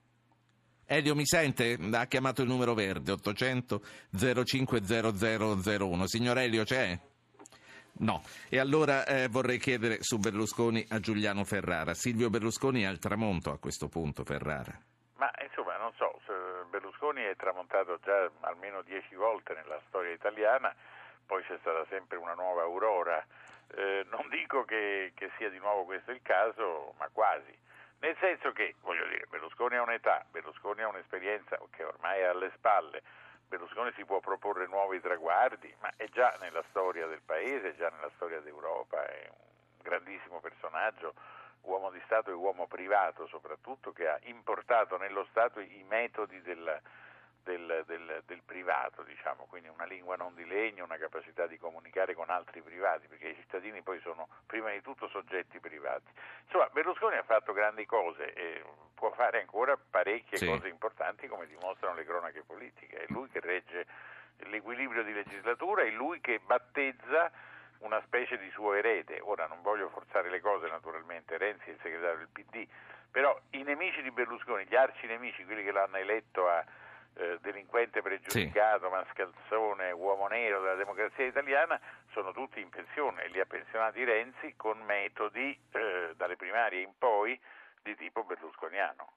Elio, mi sente? Ha chiamato il numero verde ottocento zero cinque zero zero zero uno. Signor Elio, c'è? No. E allora eh, vorrei chiedere su Berlusconi a Giuliano Ferrara. Silvio Berlusconi è al tramonto a questo punto, Ferrara. Ma insomma, non so, Berlusconi è tramontato già almeno dieci volte nella storia italiana, poi c'è stata sempre una nuova aurora. Eh, non dico che, che sia di nuovo questo il caso, ma quasi. Nel senso che, voglio dire, Berlusconi ha un'età, Berlusconi ha un'esperienza che ormai è alle spalle, Berlusconi si può proporre nuovi traguardi, ma è già nella storia del paese, è già nella storia d'Europa, è un grandissimo personaggio, uomo di Stato e uomo privato soprattutto, che ha importato nello Stato i metodi del, del, del, del privato, diciamo, quindi una lingua non di legno, una capacità di comunicare con altri privati, perché i cittadini poi sono prima di tutto soggetti privati. Insomma, Berlusconi ha fatto grandi cose e può fare ancora parecchie sì. cose importanti, come dimostrano le cronache politiche. È lui che regge l'equilibrio di legislatura, è lui che battezza una specie di suo erede. Ora non voglio forzare le cose, naturalmente, Renzi è il segretario del P D, però i nemici di Berlusconi, gli arci nemici, quelli che l'hanno eletto a eh, delinquente pregiudicato, sì. mascalzone, uomo nero della democrazia italiana, sono tutti in pensione e li ha pensionati Renzi con metodi eh, dalle primarie in poi di tipo berlusconiano.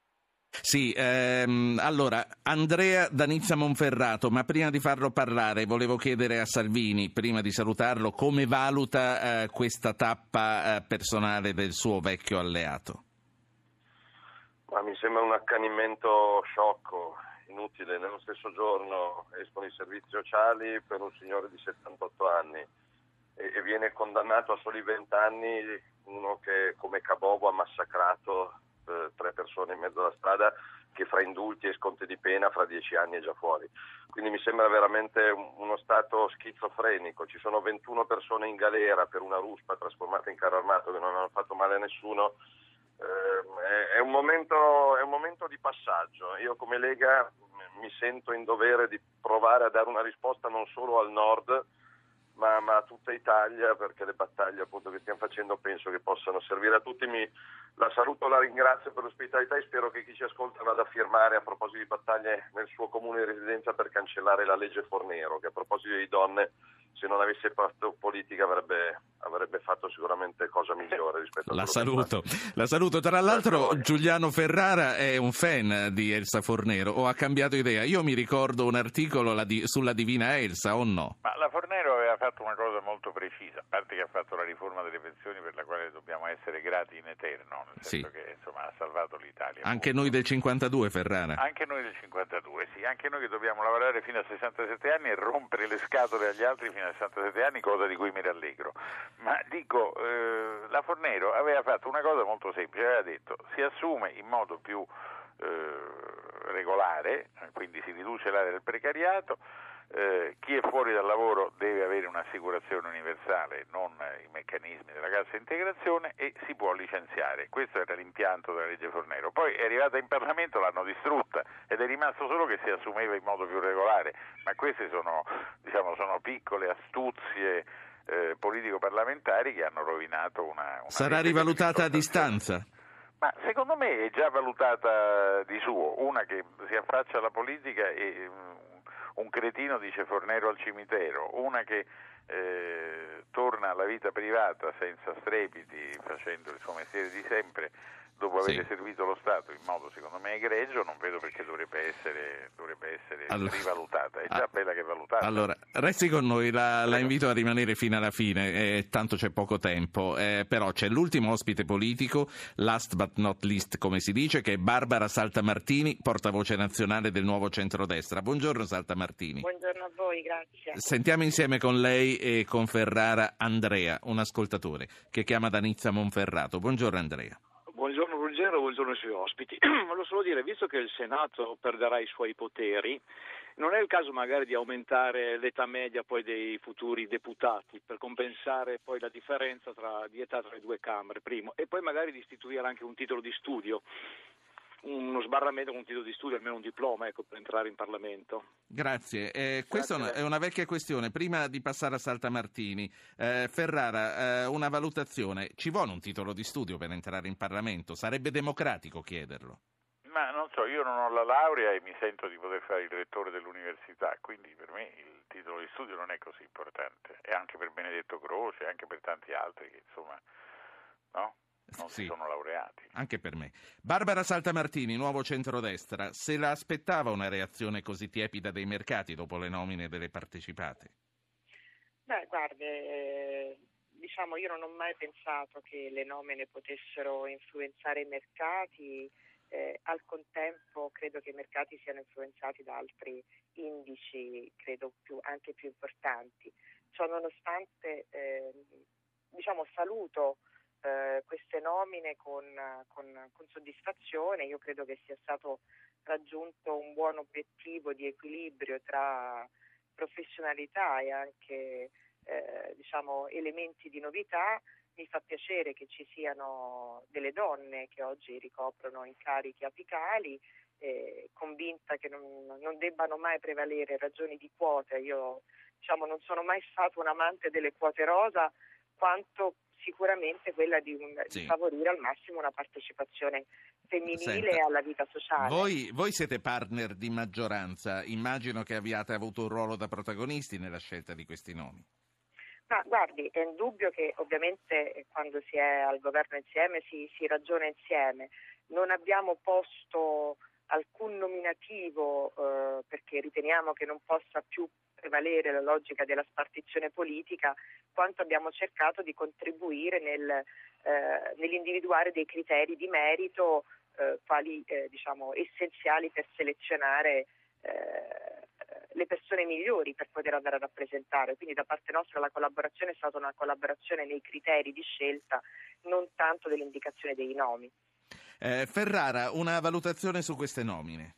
Sì, ehm, allora Andrea da Nizza Monferrato, ma prima di farlo parlare volevo chiedere a Salvini, prima di salutarlo, come valuta eh, questa tappa eh, personale del suo vecchio alleato? Ma mi sembra un accanimento sciocco, inutile. Nello stesso giorno escono i servizi sociali per un signore di settantotto anni e, e viene condannato a soli venti anni uno che come Cabobo ha massacrato tre persone in mezzo alla strada, che fra indulti e sconti di pena fra dieci anni è già fuori. Quindi mi sembra veramente uno stato schizofrenico. Ci sono ventuno persone in galera per una ruspa trasformata in carro armato che non hanno fatto male a nessuno. Eh, è, è un momento, è un momento di passaggio. Io come Lega mi sento in dovere di provare a dare una risposta non solo al nord ma, ma a tutta Italia, perché le battaglie appunto che stiamo facendo penso che possano servire a tutti. Mi, la saluto, la ringrazio per l'ospitalità e spero che chi ci ascolta vada a firmare, a proposito di battaglie nel suo comune di residenza, per cancellare la legge Fornero, che a proposito di donne, se non avesse fatto politica avrebbe, avrebbe fatto sicuramente cosa migliore rispetto a la quello saluto, che fa. la saluto. Tra l'altro Giuliano Ferrara è un fan di Elsa Fornero o ha cambiato idea? Io mi ricordo un articolo la di, sulla divina Elsa, o no? Ma la Fornero aveva fatto una cosa molto precisa, a parte che ha fatto la riforma delle pensioni per la quale dobbiamo essere grati in eterno, nel senso sì. che insomma ha salvato l'Italia. Anche appunto. Noi del cinquantadue, Ferrara. Anche noi del cinquantadue, sì, anche noi che dobbiamo lavorare fino a sessantasette anni e rompere le scatole agli altri fino a sessantasette anni, cosa di cui mi rallegro. Ma dico, eh, la Fornero aveva fatto una cosa molto semplice, aveva detto si assume in modo più eh, regolare, quindi si riduce l'area del precariato, eh, chi è fuori dal lavoro deve avere un'assicurazione universale, non eh, i meccanismi della cassa integrazione, e si può licenziare. Questo era l'impianto della legge Fornero. Poi è arrivata in Parlamento, l'hanno distrutta ed è rimasto solo che si assumeva in modo più regolare, ma queste sono, diciamo, sono piccole astuzie eh, politico-parlamentari che hanno rovinato una... una Sarà rivalutata a distanza? Ma secondo me è già valutata di suo, una che si affaccia alla politica e un cretino dice Fornero al cimitero, una che eh, torna alla vita privata senza strepiti, facendo il suo mestiere di sempre, dopo aver sì. servito lo Stato in modo secondo me egregio, non vedo perché dovrebbe essere, dovrebbe essere allora, rivalutata, è già ah, bella che è valutata. Allora, resti con noi, la, la invito a rimanere fino alla fine, eh, tanto c'è poco tempo, eh, però c'è l'ultimo ospite politico, last but not least come si dice, che è Barbara Saltamartini, portavoce nazionale del Nuovo Centrodestra. Buongiorno Saltamartini. Buongiorno a voi, grazie. Sentiamo insieme con lei e con Ferrara Andrea, un ascoltatore che chiama da Nizza Monferrato. Buongiorno Andrea. Buongiorno Ruggero, buongiorno ai suoi ospiti. Volevo solo dire, visto che il Senato perderà i suoi poteri, non è il caso magari di aumentare l'età media poi dei futuri deputati per compensare poi la differenza tra, di età tra le due Camere, primo, e poi magari di istituire anche un titolo di studio, uno sbarramento con un titolo di studio, almeno un diploma, ecco, per entrare in Parlamento. Grazie. Eh, questa è una vecchia questione. Prima di passare a Saltamartini, eh, Ferrara, eh, una valutazione. Ci vuole un titolo di studio per entrare in Parlamento? Sarebbe democratico chiederlo? Ma non so, io non ho la laurea e mi sento di poter fare il rettore dell'università, quindi per me il titolo di studio non è così importante. E anche per Benedetto Croce, anche per tanti altri che insomma, no? Non sì, si sono laureati. Anche per me. Barbara Saltamartini, Nuovo Centrodestra, se la aspettava una reazione così tiepida dei mercati dopo le nomine delle partecipate? Beh, guardi, eh, diciamo io non ho mai pensato che le nomine potessero influenzare i mercati, eh, al contempo credo che i mercati siano influenzati da altri indici, credo più, anche più importanti. Ciò nonostante, eh, diciamo, saluto Uh, queste nomine con, con, con soddisfazione. Io credo che sia stato raggiunto un buon obiettivo di equilibrio tra professionalità e anche eh, diciamo elementi di novità. Mi fa piacere che ci siano delle donne che oggi ricoprono incarichi apicali, eh, convinta che non, non debbano mai prevalere ragioni di quote. Io diciamo non sono mai stato un amante delle quote rosa, quanto sicuramente quella di, un, sì. di favorire al massimo una partecipazione femminile Senta, alla vita sociale. Voi, voi siete partner di maggioranza, immagino che abbiate avuto un ruolo da protagonisti nella scelta di questi nomi. Ma guardi, è indubbio che ovviamente quando si è al governo insieme si, si ragiona insieme. Non abbiamo posto alcun nominativo eh, perché riteniamo che non possa più prevalere la logica della spartizione politica, quanto abbiamo cercato di contribuire nel, eh, nell'individuare dei criteri di merito eh, quali eh, diciamo essenziali per selezionare eh, le persone migliori per poter andare a rappresentare. Quindi da parte nostra la collaborazione è stata una collaborazione nei criteri di scelta, non tanto dell'indicazione dei nomi. Eh, Ferrara, una valutazione su queste nomine?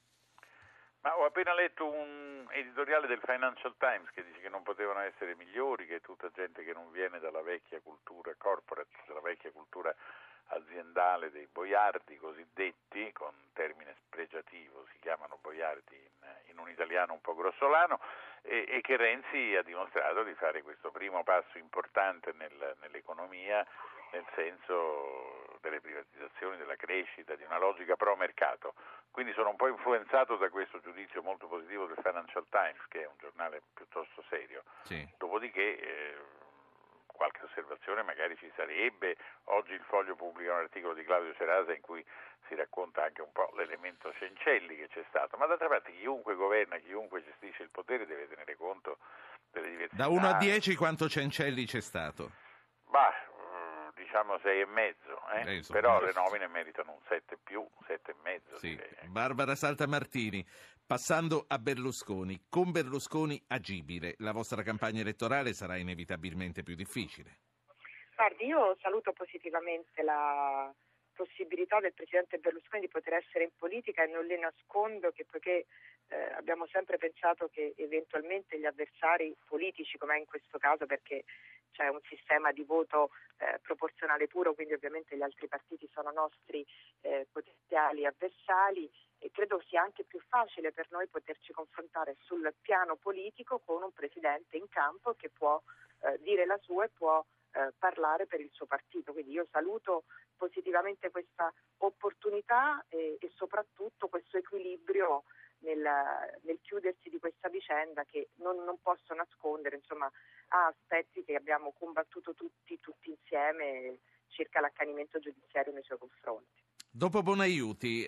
Ma ho appena letto un editoriale del Financial Times che dice che non potevano essere migliori, che è tutta gente che non viene dalla vecchia cultura corporate, dalla vecchia cultura aziendale dei boiardi cosiddetti, con termine spregiativo, si chiama chiamano boiardi in, in un italiano un po' grossolano, e, e che Renzi ha dimostrato di fare questo primo passo importante nel, nell'economia, nel senso delle privatizzazioni, della crescita, di una logica pro mercato. Quindi sono un po' influenzato da questo giudizio molto positivo del Financial Times, che è un giornale piuttosto serio. Sì. Dopodiché eh, qualche osservazione magari ci sarebbe. Oggi il Foglio pubblica un articolo di Claudio Cerasa in cui si racconta anche un po' l'elemento Cencelli che c'è stato, ma d'altra parte chiunque governa, chiunque gestisce il potere deve tenere conto delle diversità. Da uno a dieci quanto Cencelli c'è stato? Bah, diciamo sei e mezzo, eh? Eh, però le nomine meritano un sette più, sette e mezzo. Sì. Direi. Barbara Saltamartini, passando a Berlusconi, con Berlusconi agibile, la vostra campagna elettorale sarà inevitabilmente più difficile. Guardi, io saluto positivamente la possibilità del Presidente Berlusconi di poter essere in politica e non le nascondo che poiché eh, abbiamo sempre pensato che eventualmente gli avversari politici, come è in questo caso perché c'è un sistema di voto eh, proporzionale puro, quindi ovviamente gli altri partiti sono nostri eh, potenziali avversari, e credo sia anche più facile per noi poterci confrontare sul piano politico con un Presidente in campo che può eh, dire la sua e può eh, parlare per il suo partito. Quindi io saluto positivamente questa opportunità e, e soprattutto questo equilibrio nel, nel chiudersi di questa vicenda che non, non posso nascondere, insomma, ha aspetti che abbiamo combattuto tutti, tutti insieme circa l'accanimento giudiziario nei suoi confronti. Dopo Bonaiuti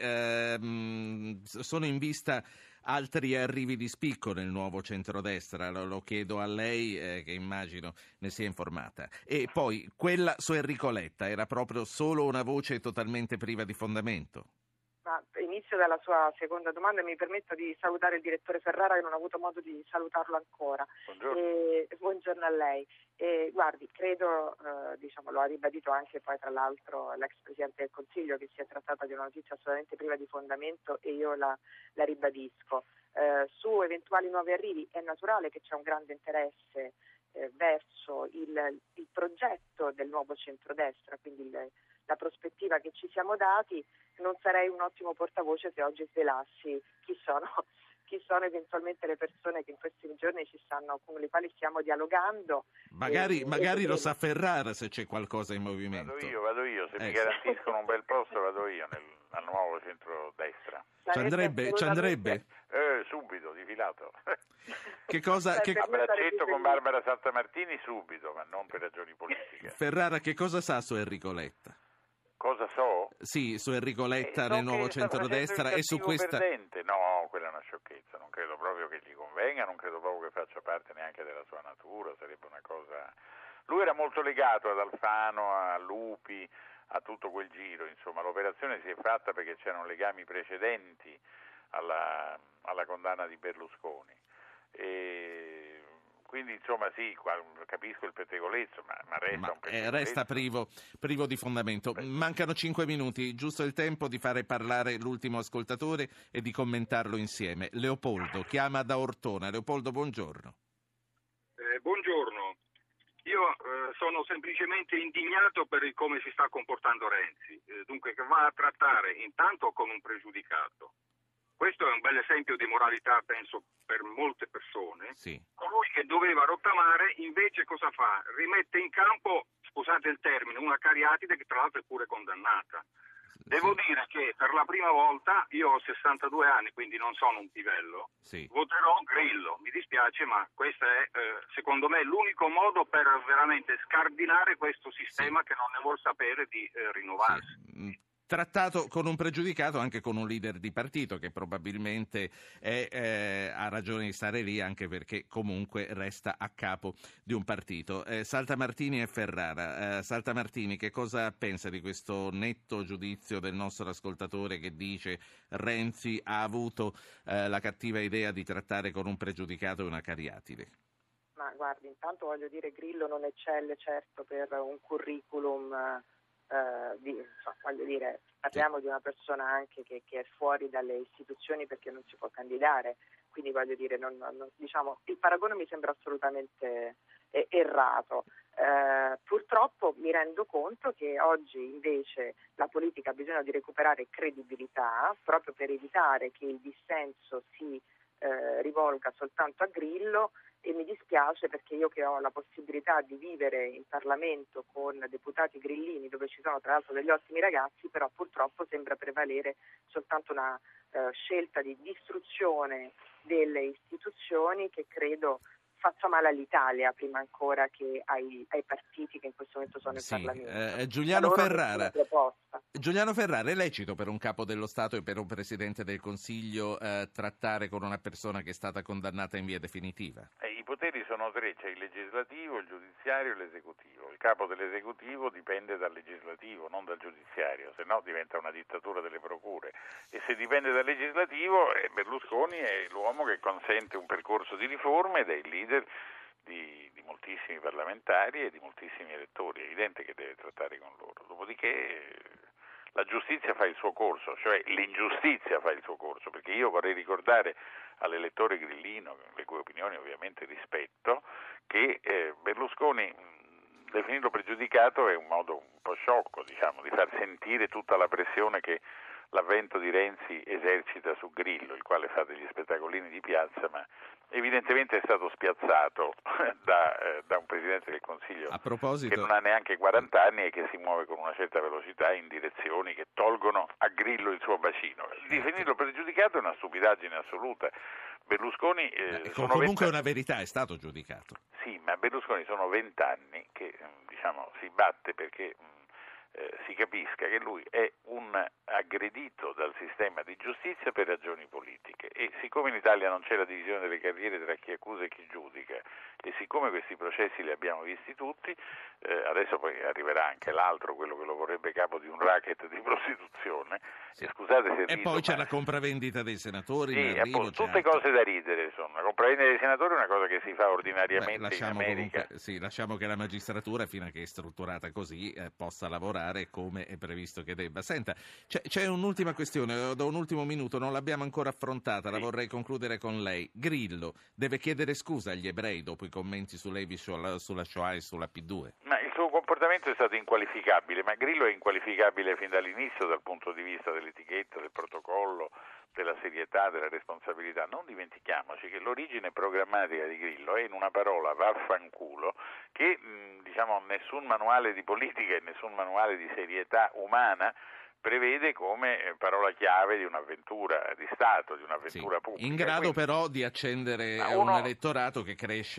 ehm, sono in vista altri arrivi di spicco nel nuovo centrodestra, lo, lo chiedo a lei eh, che immagino ne sia informata. E poi quella su Enrico Letta era proprio solo una voce totalmente priva di fondamento? Ma inizio dalla sua seconda domanda e mi permetto di salutare il direttore Ferrara che non ho avuto modo di salutarlo ancora. Buongiorno, e, buongiorno a lei. E, guardi, credo, eh, diciamo, lo ha ribadito anche poi tra l'altro l'ex Presidente del Consiglio, che si è trattata di una notizia assolutamente priva di fondamento e io la, la ribadisco. Eh, su eventuali nuovi arrivi è naturale che c'è un grande interesse eh, verso il, il progetto del nuovo centrodestra, quindi il, la prospettiva che ci siamo dati. Non sarei un ottimo portavoce se oggi svelassi chi sono, chi sono eventualmente le persone che in questi giorni ci stanno, con le quali stiamo dialogando. Magari, e, magari e lo sa Ferrara se c'è qualcosa in movimento. vado io, vado io, se Eh, mi sì. garantiscono un bel posto vado io nel, al nuovo centrodestra. Ci andrebbe? Ci andrebbe? Eh, subito, di filato. Che cosa, che... A braccetto con Barbara Saltamartini subito, ma non per ragioni politiche. Ferrara, che cosa sa su Enrico Letta? Cosa so? Sì, su Enrico Letta Eh, nel so nuovo che sta centrodestra facendo il e su cattivo questa... perdente. No, quella è una sciocchezza, non credo proprio che gli convenga, non credo proprio che faccia parte neanche della sua natura, sarebbe una cosa... Lui era molto legato ad Alfano, a Lupi, a tutto quel giro, insomma l'operazione si è fatta perché c'erano legami precedenti alla, alla condanna di Berlusconi. E... Quindi insomma sì, capisco il pettegolezzo, ma, ma resta Ma, un pettegolezzo. eh, resta privo, privo di fondamento. Beh. Mancano cinque minuti, giusto il tempo di fare parlare l'ultimo ascoltatore e di commentarlo insieme. Leopoldo chiama da Ortona. Leopoldo, buongiorno. Eh, buongiorno, io eh, sono semplicemente indignato per il come si sta comportando Renzi, eh, dunque che va a trattare intanto con un pregiudicato. Questo è un bel esempio di moralità, penso, per molte persone. Sì. Colui che doveva rottamare invece cosa fa? Rimette in campo, scusate il termine, una cariatide che tra l'altro è pure condannata. Devo sì. dire che per la prima volta, io ho sessantadue anni, quindi non sono un pivello, Sì. voterò Grillo. Mi dispiace, ma questo è, eh, secondo me, l'unico modo per veramente scardinare questo sistema Sì. che non ne vuol sapere di eh, rinnovarsi. Sì. Trattato con un pregiudicato, anche con un leader di partito che probabilmente è, eh, ha ragione di stare lì, anche perché comunque resta a capo di un partito. Eh, Saltamartini e Ferrara. Eh, Saltamartini, che cosa pensa di questo netto giudizio del nostro ascoltatore che dice Renzi ha avuto eh, la cattiva idea di trattare con un pregiudicato e una cariatide? Ma guardi, intanto voglio dire, Grillo non eccelle certo per un curriculum... Uh, di, insomma, voglio dire, parliamo di una persona anche che, che è fuori dalle istituzioni perché non si può candidare, quindi voglio dire, non, non, diciamo, il paragone mi sembra assolutamente eh, errato. Eh, purtroppo mi rendo conto che oggi invece la politica ha bisogno di recuperare credibilità proprio per evitare che il dissenso si eh, rivolga soltanto a Grillo, e mi dispiace perché io che ho la possibilità di vivere in Parlamento con deputati grillini dove ci sono tra l'altro degli ottimi ragazzi, però purtroppo sembra prevalere soltanto una eh, scelta di distruzione delle istituzioni che credo faccia male all'Italia prima ancora che ai, ai partiti che in questo momento sono in sì, Parlamento. Eh, Giuliano Ferrara, Giuliano Ferrara, è lecito per un capo dello Stato e per un Presidente del Consiglio eh, trattare con una persona che è stata condannata in via definitiva? Eh, I poteri sono tre, c'è il legislativo, il giudiziario e l'esecutivo. Il capo dell'esecutivo dipende dal legislativo, non dal giudiziario, se no diventa una dittatura delle procure. E se dipende dal legislativo, eh, Berlusconi è l'uomo che consente un percorso di riforme ed è il leader Di, di moltissimi parlamentari e di moltissimi elettori. È evidente che deve trattare con loro. Dopodiché la giustizia fa il suo corso, cioè l'ingiustizia fa il suo corso, perché io vorrei ricordare all'elettore grillino, le cui opinioni ovviamente rispetto, che eh, Berlusconi mh, definirlo pregiudicato è un modo un po' sciocco, diciamo, di far sentire tutta la pressione che l'avvento di Renzi esercita su Grillo, il quale fa degli spettacolini di piazza, ma evidentemente è stato spiazzato da, eh, da un Presidente del Consiglio A proposito... che non ha neanche quaranta anni e che si muove con una certa velocità in direzioni che tolgono a Grillo il suo bacino. Definirlo pregiudicato è una stupidaggine assoluta. Berlusconi eh, eh, sono comunque venti... è una verità, è stato giudicato. Sì, ma Berlusconi sono vent'anni che diciamo si batte perché Eh, si capisca che lui è un aggredito dal sistema di giustizia per ragioni politiche, e siccome in Italia non c'è la divisione delle carriere tra chi accusa e chi giudica, e siccome questi processi li abbiamo visti tutti, eh, adesso poi arriverà anche l'altro, quello che lo vorrebbe capo di un racket di prostituzione, sì. E scusate se e rido, poi c'è ma... la compravendita dei senatori, sì, arrivo, appunto, tutte cose da ridere, insomma. La compravendita dei senatori è una cosa che si fa ordinariamente Beh, lasciamo in America. Comunque, sì, lasciamo che la magistratura, fino a che è strutturata così, eh, possa lavorare come è previsto che debba. Senta, c'è, c'è un'ultima questione, do un ultimo minuto, non l'abbiamo ancora affrontata, la vorrei concludere con lei. Grillo deve chiedere scusa agli ebrei dopo i commenti su Levi, sulla Shoah e sulla P due? Ma il suo comportamento è stato inqualificabile, ma Grillo è inqualificabile fin dall'inizio dal punto di vista dell'etichetta, del protocollo, della serietà, della responsabilità. Non dimentichiamoci che l'origine programmatica di Grillo è in una parola, vaffanculo, che diciamo nessun manuale di politica e nessun manuale di serietà umana prevede come parola chiave di un'avventura di Stato, di un'avventura sì, pubblica. In grado Quindi, però di accendere uno... un elettorato che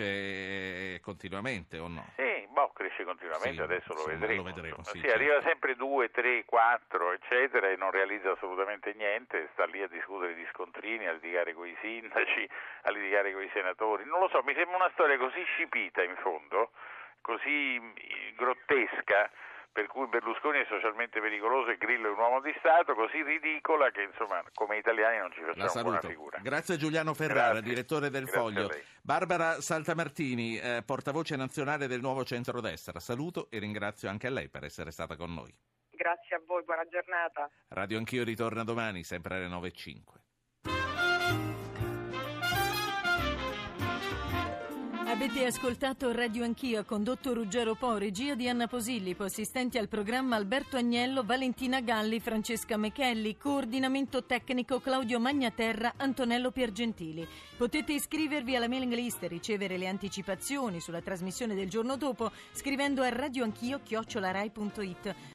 cresce continuamente, o no? Sì, boh, cresce continuamente, sì, adesso lo insomma, vedremo. Lo vedremo sì, sì, certo. Arriva sempre due, tre, quattro, eccetera, e non realizza assolutamente niente, sta lì a discutere di scontrini, a litigare con i sindaci, a litigare con i senatori. Non lo so, mi sembra una storia così scipita in fondo, così grottesca, per cui Berlusconi è socialmente pericoloso e Grillo è un uomo di Stato, così ridicola che insomma come italiani non ci facciamo buona figura. Grazie a Giuliano Ferrara, Grazie. direttore del Grazie Foglio. Barbara Saltamartini, eh, portavoce nazionale del Nuovo Centrodestra. Saluto e ringrazio anche a lei per essere stata con noi. Grazie a voi, buona giornata. Radio Anch'io ritorna domani, sempre alle nove e cinque. Avete ascoltato Radio Anch'io, condotto Ruggero Po, regia di Anna Posillipo, assistenti al programma Alberto Agnello, Valentina Galli, Francesca Mechelli, coordinamento tecnico Claudio Magnaterra, Antonello Piergentili. Potete iscrivervi alla mailing list e ricevere le anticipazioni sulla trasmissione del giorno dopo scrivendo a radioanchio chiocciola rai punto it.